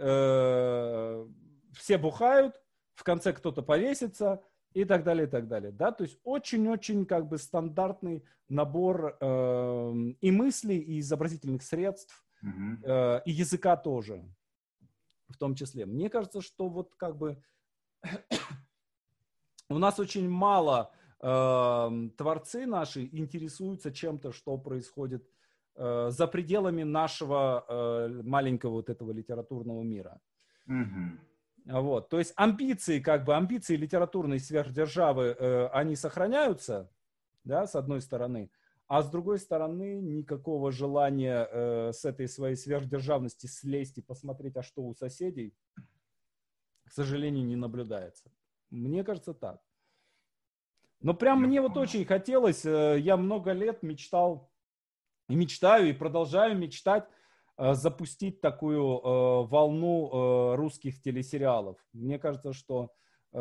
все бухают, в конце кто-то повесится и так далее, и так далее. Да? То есть очень-очень стандартный набор и мыслей, и изобразительных средств, и языка тоже, в том числе. Мне кажется, что вот у нас очень мало творцы наши интересуются чем-то, что происходит за пределами нашего маленького вот этого литературного мира. Вот. То есть амбиции литературной сверхдержавы, они сохраняются, да, с одной стороны, а с другой стороны никакого желания с этой своей сверхдержавности слезть и посмотреть, а что у соседей, к сожалению, не наблюдается. Мне кажется, так. Но прям мне вот очень хотелось, я много лет мечтал, и мечтаю, и продолжаю мечтать, запустить такую волну русских телесериалов. Мне кажется, что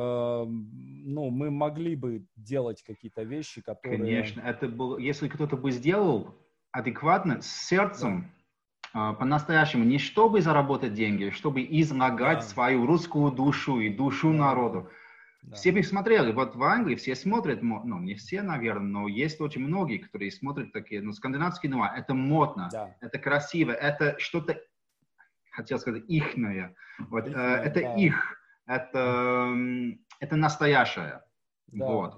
мы могли бы делать какие-то вещи, которые... Конечно, это было, если кто-то бы сделал адекватно, с сердцем, по-настоящему, не чтобы заработать деньги, чтобы излагать свою русскую душу и душу народу. Все бы смотрели, вот в Англии все смотрят, ну, не все, наверное, но есть очень многие, которые смотрят такие, ну, скандинавский нуар, это модно, это красиво, это что-то, хотел сказать, ихное, вот, это да. их, это настоящее, вот.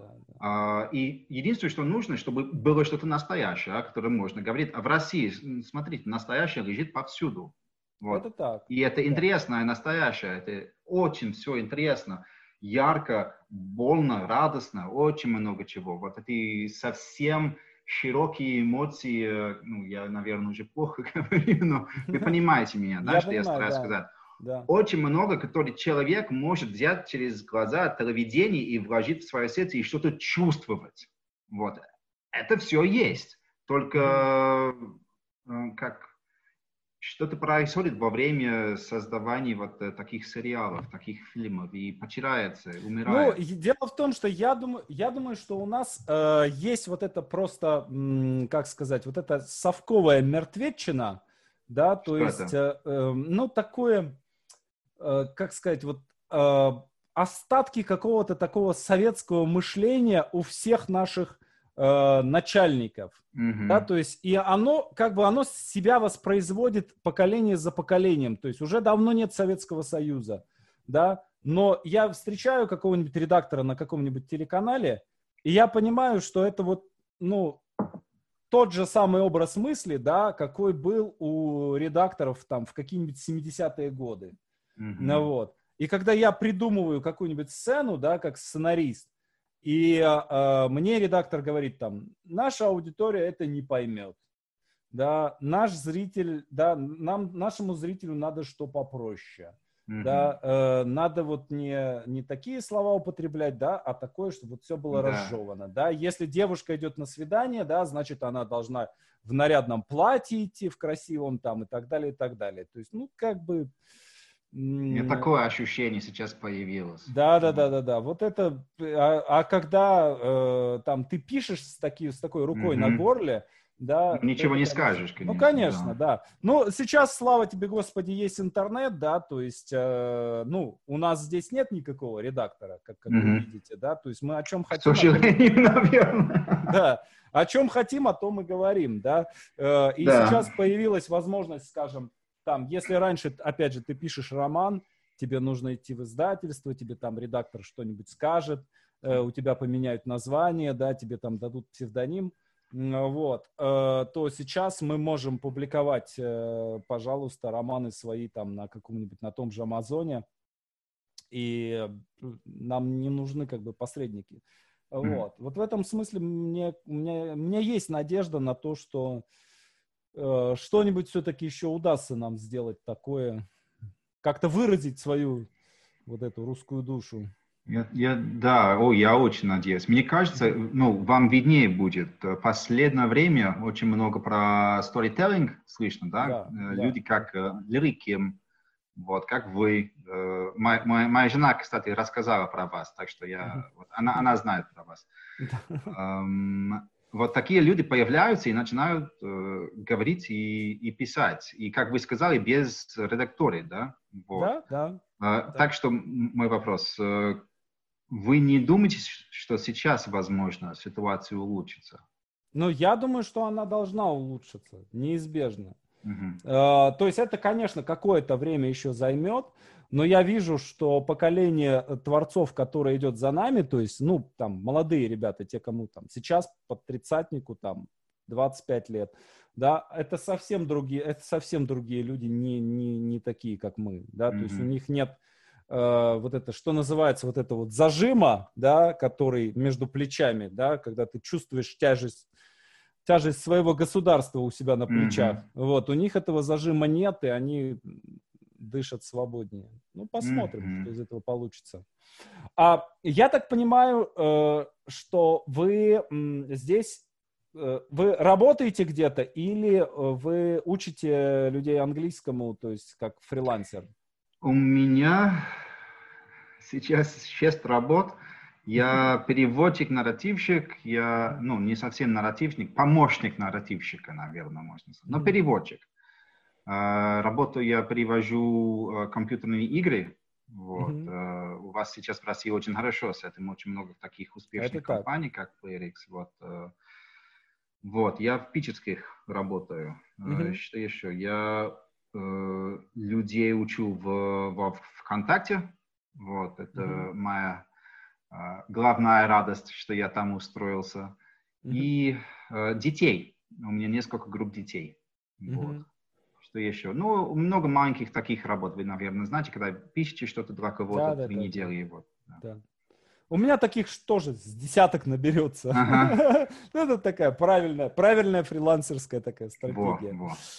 И единственное, что нужно, чтобы было что-то настоящее, о котором можно говорить, а в России, смотрите, настоящее лежит повсюду, вот. Это так. И это интересно, и настоящее, это очень все интересно. Ярко, больно, радостно, очень много чего. Вот эти совсем широкие эмоции, ну, я, наверное, уже плохо говорю, но вы понимаете меня, да, что я стараюсь сказать. Да. Очень много, который человек может взять через глаза телевидения и вложить в свое сердце и что-то чувствовать. Вот. Это все есть. Только как что-то происходит во время создавания вот таких сериалов, таких фильмов, и потеряется, умирает. Ну, дело в том, что я думаю, что у нас есть вот это просто, как сказать, вот эта совковая мертвечина, да, то есть, ну, такое, как сказать, вот остатки какого-то такого советского мышления у всех наших начальников. Да, то есть, и оно, как бы, оно себя воспроизводит поколение за поколением, то есть уже давно нет Советского Союза, да, но я встречаю какого-нибудь редактора на каком-нибудь телеканале, и я понимаю, что это вот, ну, тот же самый образ мысли, да, какой был у редакторов там в какие-нибудь 70-е годы, ну, вот, и когда я придумываю какую-нибудь сцену, да, как сценарист, и мне редактор говорит там, наша аудитория это не поймет, да, наш зритель, да, нашему зрителю надо что попроще, да, надо вот не такие слова употреблять, да, а такое, чтобы вот все было разжевано, да, если девушка идет на свидание, да, значит она должна в нарядном платье идти, в красивом там и так далее, то есть, ну, как бы... У меня такое ощущение сейчас появилось. Да. Вот это, когда там ты пишешь с такой рукой на горле, да. Ничего не конечно, скажешь, конечно. Ну, конечно, да. Ну, сейчас, слава тебе, Господи, есть интернет, да, то есть, ну, у нас здесь нет никакого редактора, как вы видите, да, то есть мы о чем хотим... К сожалению, наверное. Да, о чем хотим, о том и говорим, да. И сейчас появилась возможность, скажем, там, если раньше, опять же, ты пишешь роман, тебе нужно идти в издательство, тебе там редактор что-нибудь скажет, у тебя поменяют название, да, тебе там дадут псевдоним, вот, то сейчас мы можем публиковать, пожалуйста, романы свои там на каком-нибудь, на том же Амазоне, и нам не нужны как бы посредники. Вот в этом смысле у меня есть надежда на то, что что-нибудь все-таки еще удастся нам сделать такое, как-то выразить свою вот эту русскую душу. Я очень надеюсь. Мне кажется, ну, вам виднее будет. В последнее время очень много про storytelling слышно, да? Люди как лирики, вот, как вы. Моя жена, кстати, рассказала про вас, так что она знает про вас. Вот такие люди появляются и начинают говорить и писать. И, как вы сказали, без редакторов, да? Вот. Да. Так что мой вопрос. Вы не думаете, что сейчас, возможно, ситуация улучшится? Ну, я думаю, что она должна улучшиться, неизбежно. То есть это, конечно, какое-то время еще займет, но я вижу, что поколение творцов, которое идет за нами, то есть, ну, там, молодые ребята, те, кому там сейчас под тридцатнику, там, 25 лет, да, это совсем другие люди, не такие, как мы, да, то есть у них нет вот это, что называется, вот это вот зажима, да, который между плечами, да, когда ты чувствуешь тяжесть своего государства у себя на плечах. Вот, у них этого зажима нет, и они дышат свободнее. Ну, посмотрим, что из этого получится. А я так понимаю, что вы здесь, вы работаете где-то или вы учите людей английскому, то есть как фрилансер? У меня сейчас 6 работ. Я переводчик-нарративщик, я, ну, не совсем нарративник, помощник нарративщика, наверное, можно сказать, но переводчик. Работаю я перевожу компьютерные игры Вот. У вас сейчас в России очень хорошо с этим, очень много таких успешных компаний, как PlayerX. Вот, я в питерских работаю. Что еще? Я людей учу в ВКонтакте. Вот, это моя главная радость, что я там устроился. И детей. У меня несколько групп детей. Вот. Что еще? Ну, много маленьких таких работ. Вы, наверное, знаете, когда пишете что-то для кого-то 3 недели. Вот. Да. У меня таких тоже с десяток наберется. Ага. Это такая правильная фрилансерская такая стратегия.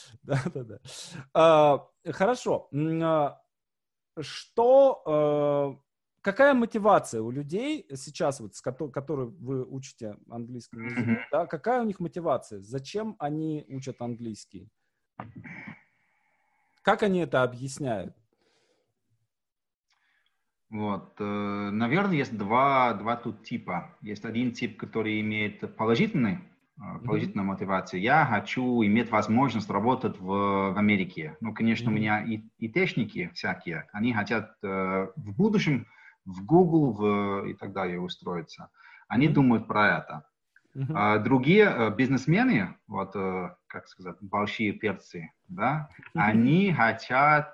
Да. Хорошо. Какая мотивация у людей сейчас, вот, с которой вы учите английскому языку, да, какая у них мотивация? Зачем они учат английский? Как они это объясняют? Вот, наверное, есть два тут типа. Есть один тип, который имеет положительную мотивацию. Я хочу иметь возможность работать в Америке. Ну, конечно, у меня и техники всякие. Они хотят в будущем в Google и так далее устроиться. Они думают про это. А другие бизнесмены, вот, как сказать, большие перцы, да, они хотят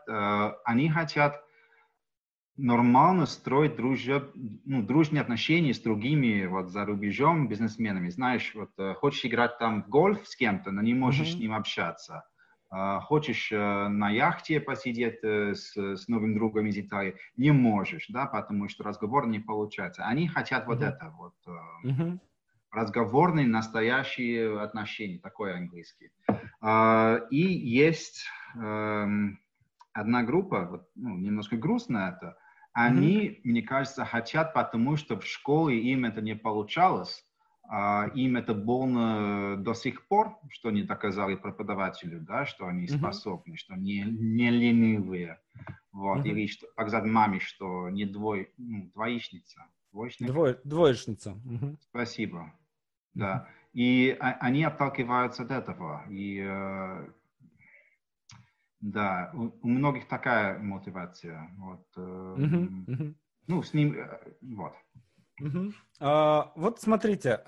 нормально строить дружные отношения с другими вот за рубежом бизнесменами. Знаешь, вот хочешь играть там в гольф с кем-то, но не можешь с ним общаться. Хочешь на яхте посидеть с новым другом из Италии, не можешь, да, потому что разговор не получается. Они хотят вот это вот. Разговорные, настоящие отношения, такой английский. И есть одна группа, вот, немножко грустно это, они, мне кажется, хотят, потому что в школе им это не получалось, им это больно до сих пор, что они доказали преподавателю, да, что они способны, что не ленивые, вот, или что, показать маме, что не двоечница. Двоечница. Спасибо. Да. И они отталкиваются от этого. И да, у многих такая мотивация. Вот, ну, с ним, вот. Вот смотрите,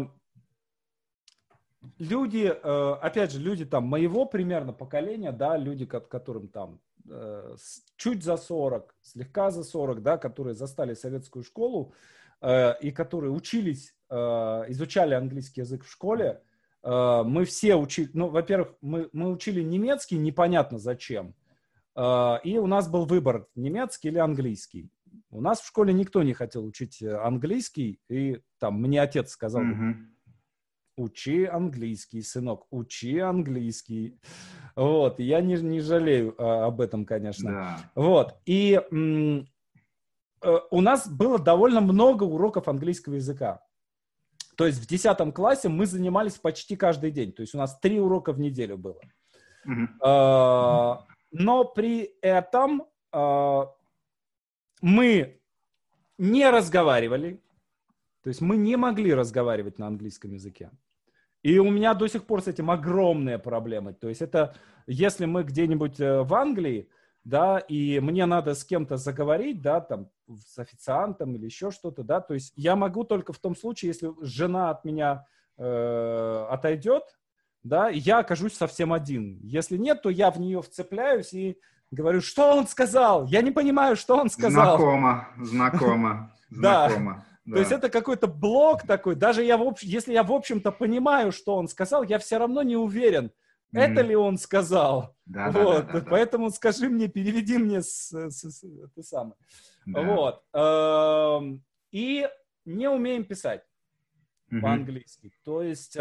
люди, опять же, люди там моего примерно поколения, да, люди, которым там чуть за 40, слегка за 40, да, которые застали советскую школу и которые учились, изучали английский язык в школе, мы все учили, ну, во-первых, мы учили немецкий, непонятно зачем, и у нас был выбор, немецкий или английский. У нас в школе никто не хотел учить английский, и там мне отец сказал, учи английский, сынок, учи английский. Вот, и я не жалею об этом, конечно. Да. Вот, и у нас было довольно много уроков английского языка. То есть в 10 классе мы занимались почти каждый день. То есть у нас 3 урока в неделю было. Но при этом мы не разговаривали. То есть мы не могли разговаривать на английском языке. И у меня до сих пор с этим огромные проблемы. То есть это, если мы где-нибудь в Англии, да, и мне надо с кем-то заговорить, да, там, с официантом или еще что-то, да, то есть я могу только в том случае, если жена от меня отойдет, да, и я окажусь совсем один. Если нет, то я в нее вцепляюсь и говорю, что он сказал? Я не понимаю, что он сказал. Знакомо. Да. То есть это какой-то блок такой, даже если я в общем-то понимаю, что он сказал, я все равно не уверен, это ли он сказал. Да, вот. да. Поэтому скажи мне, переведи мне ты самое. Да. Вот. И не умеем писать по-английски. То есть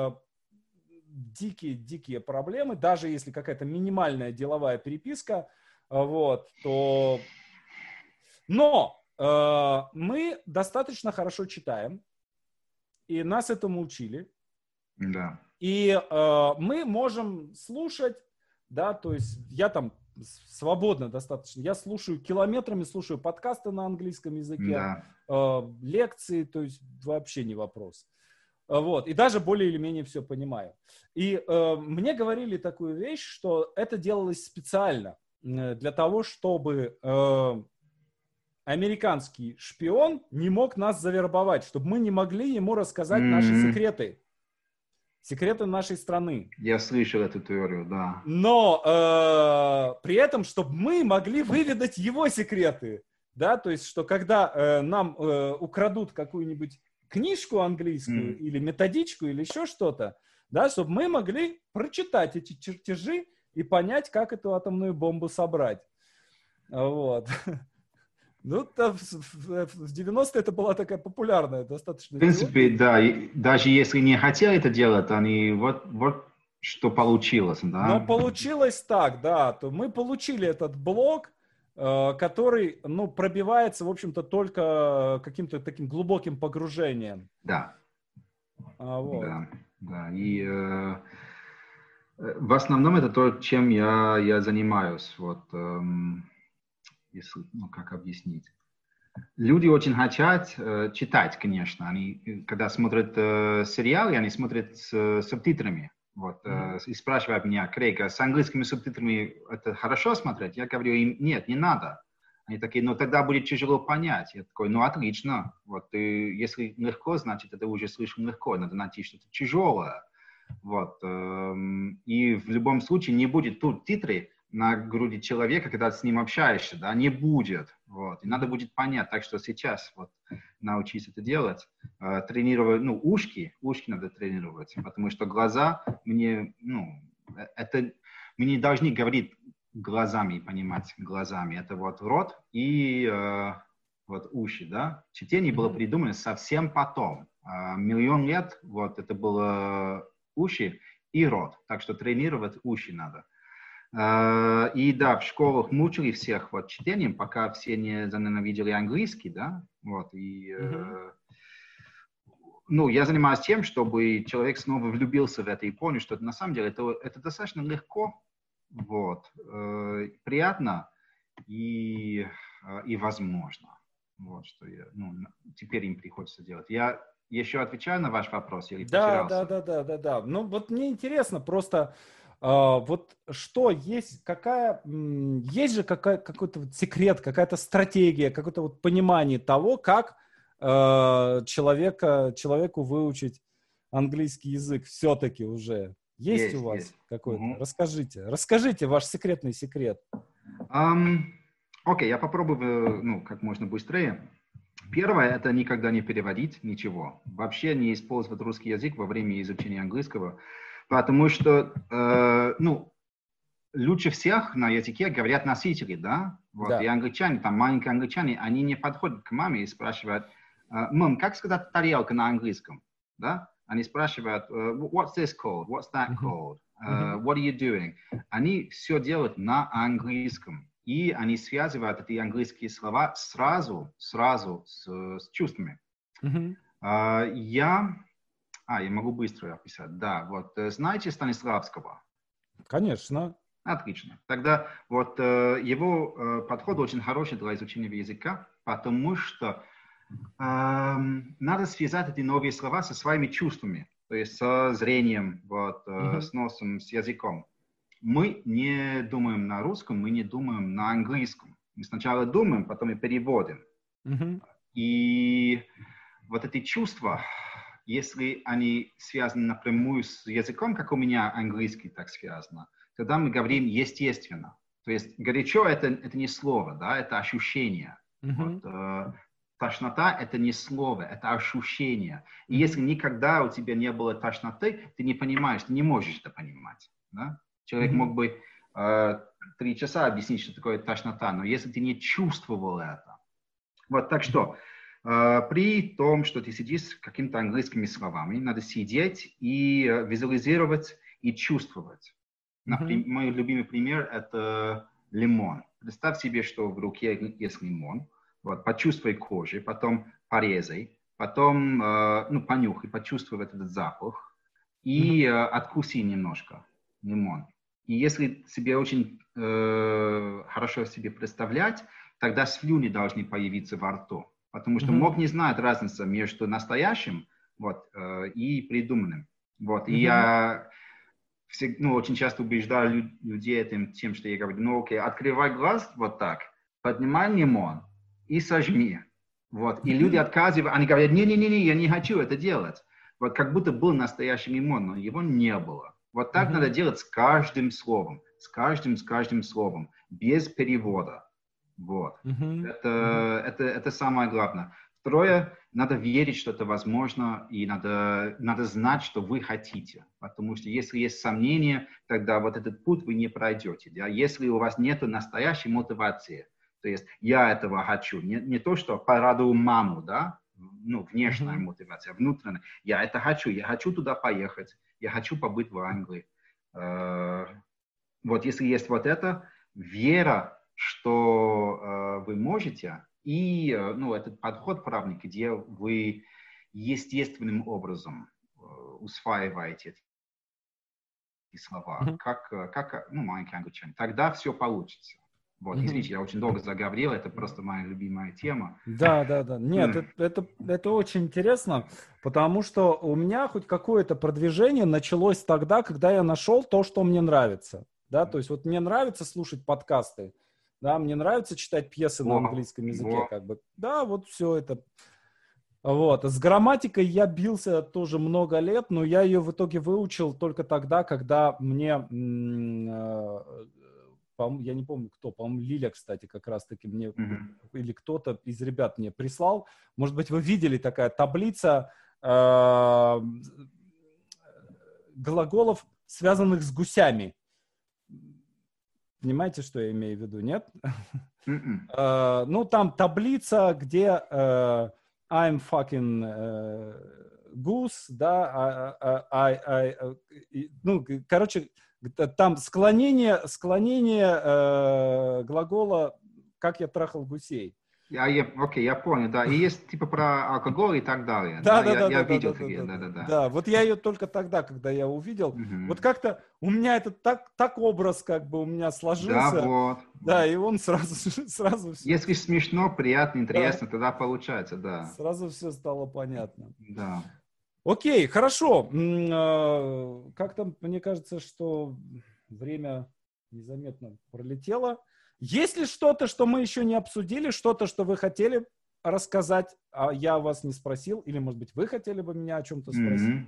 дикие проблемы, даже если какая-то минимальная деловая переписка, вот, то... Но мы достаточно хорошо читаем, и нас этому учили. Да. И мы можем слушать, да, то есть я там свободно достаточно, я слушаю километрами, слушаю подкасты на английском языке, лекции, то есть вообще не вопрос. Вот, и даже более или менее все понимаю. И мне говорили такую вещь, что это делалось специально для того, чтобы американский шпион не мог нас завербовать, чтобы мы не могли ему рассказать наши секреты. Секреты нашей страны. Я слышал эту теорию, да. Но при этом, чтобы мы могли выведать его секреты. Да, то есть, что когда нам украдут какую-нибудь книжку английскую или методичку или еще что-то, да, чтобы мы могли прочитать эти чертежи и понять, как эту атомную бомбу собрать. Вот. Ну, в 90-е это была такая популярная достаточно. В принципе, да. И даже если не хотели это делать, они вот что получилось, да. Но получилось так, да. То мы получили этот блок, который, ну, пробивается, в общем-то, только каким-то таким глубоким погружением. Да. Вот. Да. И в основном это то, чем я занимаюсь. Вот, если, ну, как объяснить. Люди очень хотят читать, конечно. Они, когда смотрят сериалы, они смотрят с субтитрами. Вот, и спрашивают меня: Крейг, с английскими субтитрами это хорошо смотреть? Я говорю им: нет, не надо. Они такие: ну тогда будет тяжело понять. Я такой: ну отлично. Вот, если легко, значит это уже слишком легко. Надо найти что-то тяжелое. Вот, и в любом случае не будет тут титры на груди человека, когда ты с ним общаешься, да, не будет. Вот, и надо будет понять. Так что сейчас вот научись это делать. Тренировать, ну, ушки надо тренировать, потому что глаза мы не должны говорить глазами, понимать глазами. Это вот рот и вот уши, да. Чтение было придумано совсем потом. Миллион лет, вот, это было уши и рот. Так что тренировать уши надо. И да, в школах мучили всех вот чтением, пока все не заненавидели английский, да. Вот, и ну, я занимаюсь тем, чтобы человек снова влюбился в это и понял, что на самом деле это достаточно легко, вот, приятно и возможно. Вот, что теперь им приходится делать. Я еще отвечаю на ваш вопрос или потерялся? Да. Ну, вот мне интересно просто, вот что есть, есть же какой-то вот секрет, какая-то стратегия, какое-то вот понимание того, как человеку выучить английский язык все-таки уже. Есть у вас какой-то? Расскажите ваш секретный секрет. Окей, я попробую, как можно быстрее. Первое – это никогда не переводить ничего. Вообще не использовать русский язык во время изучения английского, потому что, лучше всех на языке говорят носители, да? Вот, да. И англичане, там маленькие англичане, они не подходят к маме и спрашивают: «Мам, как сказать тарелка на английском?» Да? Они спрашивают: «What's this called? What's that called? What are you doing?» Они все делают на английском. И они связывают эти английские слова сразу с чувствами. Я могу быстро описать. Да, вот, знаете Станиславского? Конечно. Отлично. Тогда вот его подход очень хороший для изучения языка, потому что надо связать эти новые слова со своими чувствами, то есть со зрением, вот, с носом, с языком. Мы не думаем на русском, мы не думаем на английском. Мы сначала думаем, потом и переводим. И вот эти чувства, если они связаны напрямую с языком, как у меня английский так связано, тогда мы говорим естественно. То есть горячо это не слово, да, это ощущение. Вот, тошнота это не слово, это ощущение. И если никогда у тебя не было тошноты, ты не понимаешь, ты не можешь это понимать. Да? Человек мог бы 3 часа объяснить, что такое тошнота, но если ты не чувствовал это. Вот, так что при том, что ты сидишь с какими-то английскими словами, надо сидеть и визуализировать и чувствовать. Мой любимый пример – это лимон. Представь себе, что в руке есть лимон. Вот, почувствуй кожей, потом порезай, потом понюхай, почувствуй этот запах и откуси немножко лимон. И если себе очень хорошо себе представлять, тогда слюни должны появиться во рту. Потому что мозг не знает разницы между настоящим и придуманным. Вот. И я очень часто убеждаю людей тем, что я говорю: окей, открывай глаз вот так, поднимай лимон и сожми. Вот. И люди отказывают, они говорят, не-не-не, я не хочу это делать. Вот как будто был настоящий лимон, но его не было. Вот так надо делать с каждым словом, с каждым словом, без перевода. Вот. Это самое главное. Второе, надо верить, что это возможно, и надо знать, что вы хотите. Потому что если есть сомнения, тогда вот этот путь вы не пройдете. Да? Если у вас нет настоящей мотивации, то есть я этого хочу, не то, что порадую маму, да, ну, внешняя мотивация, внутренняя. Я хочу туда поехать, я хочу побыть в Англии. Вот если есть вот это, вера, что вы можете, и ну, этот подход правильный, где вы естественным образом усваиваете эти слова, как ну, маленький англичанин, тогда все получится. Вот, извините, я очень долго заговорил, это просто моя любимая тема. Да. Нет, это очень интересно, потому что у меня хоть какое-то продвижение началось тогда, когда я нашел то, что мне нравится. Да, то есть вот мне нравится слушать подкасты, да, мне нравится читать пьесы на английском языке, как бы. Да, вот все это. Вот. С грамматикой я бился тоже много лет, но я ее в итоге выучил только тогда, когда мне... я не помню кто, по-моему, Лиля, кстати, как раз-таки мне, или кто-то из ребят мне прислал. Может быть, вы видели такая таблица глаголов, связанных с гусями. Понимаете, что я имею в виду, нет? Ну, там таблица, где I'm fucking goose, да, ну, короче, там склонение глагола «как я трахал гусей». Окей, я понял, да. И есть типа про алкоголь и так далее. Да, я видел такие, да. Да, вот я ее только тогда, когда я увидел, вот как-то у меня это так образ как бы у меня сложился. Да, вот. Да, и он сразу все. Если смешно, приятно, интересно, тогда получается, да. Сразу все стало понятно. Да. Окей, хорошо. Как-то мне кажется, что время незаметно пролетело. Есть ли что-то, что мы еще не обсудили, что-то, что вы хотели рассказать, а я вас не спросил, или, может быть, вы хотели бы меня о чем-то спросить?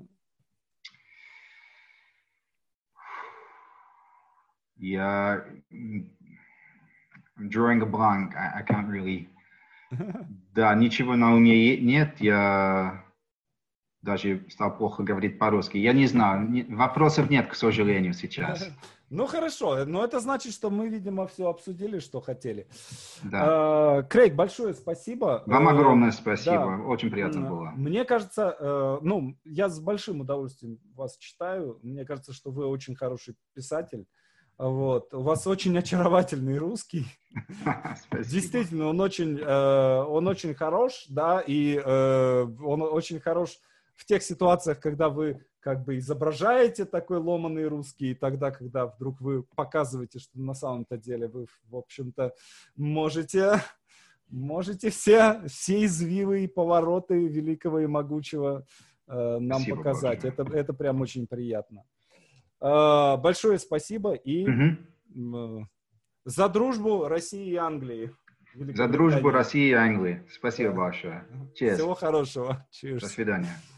Я drawing a blank, I can't really... Да, ничего на уме нет, я даже стал плохо говорить по-русски. Я не знаю, вопросов нет, к сожалению, сейчас. Ну, хорошо. Но это значит, что мы, видимо, все обсудили, что хотели. Да. Крейг, большое спасибо. Вам огромное спасибо. Да. Очень приятно было. Мне кажется, ну, я с большим удовольствием вас читаю. Мне кажется, что вы очень хороший писатель. Вот. У вас очень очаровательный русский. Действительно, он очень хорош, да, и он очень хорош в тех ситуациях, когда вы как бы изображаете такой ломаный русский, и тогда, когда вдруг вы показываете, что на самом-то деле вы, в общем-то, можете все извивы и повороты великого и могучего нам спасибо показать. Это прям очень приятно. Большое спасибо и за дружбу России и Англии. За дружбу России и Англии. Спасибо большое. Всего хорошего. До свидания.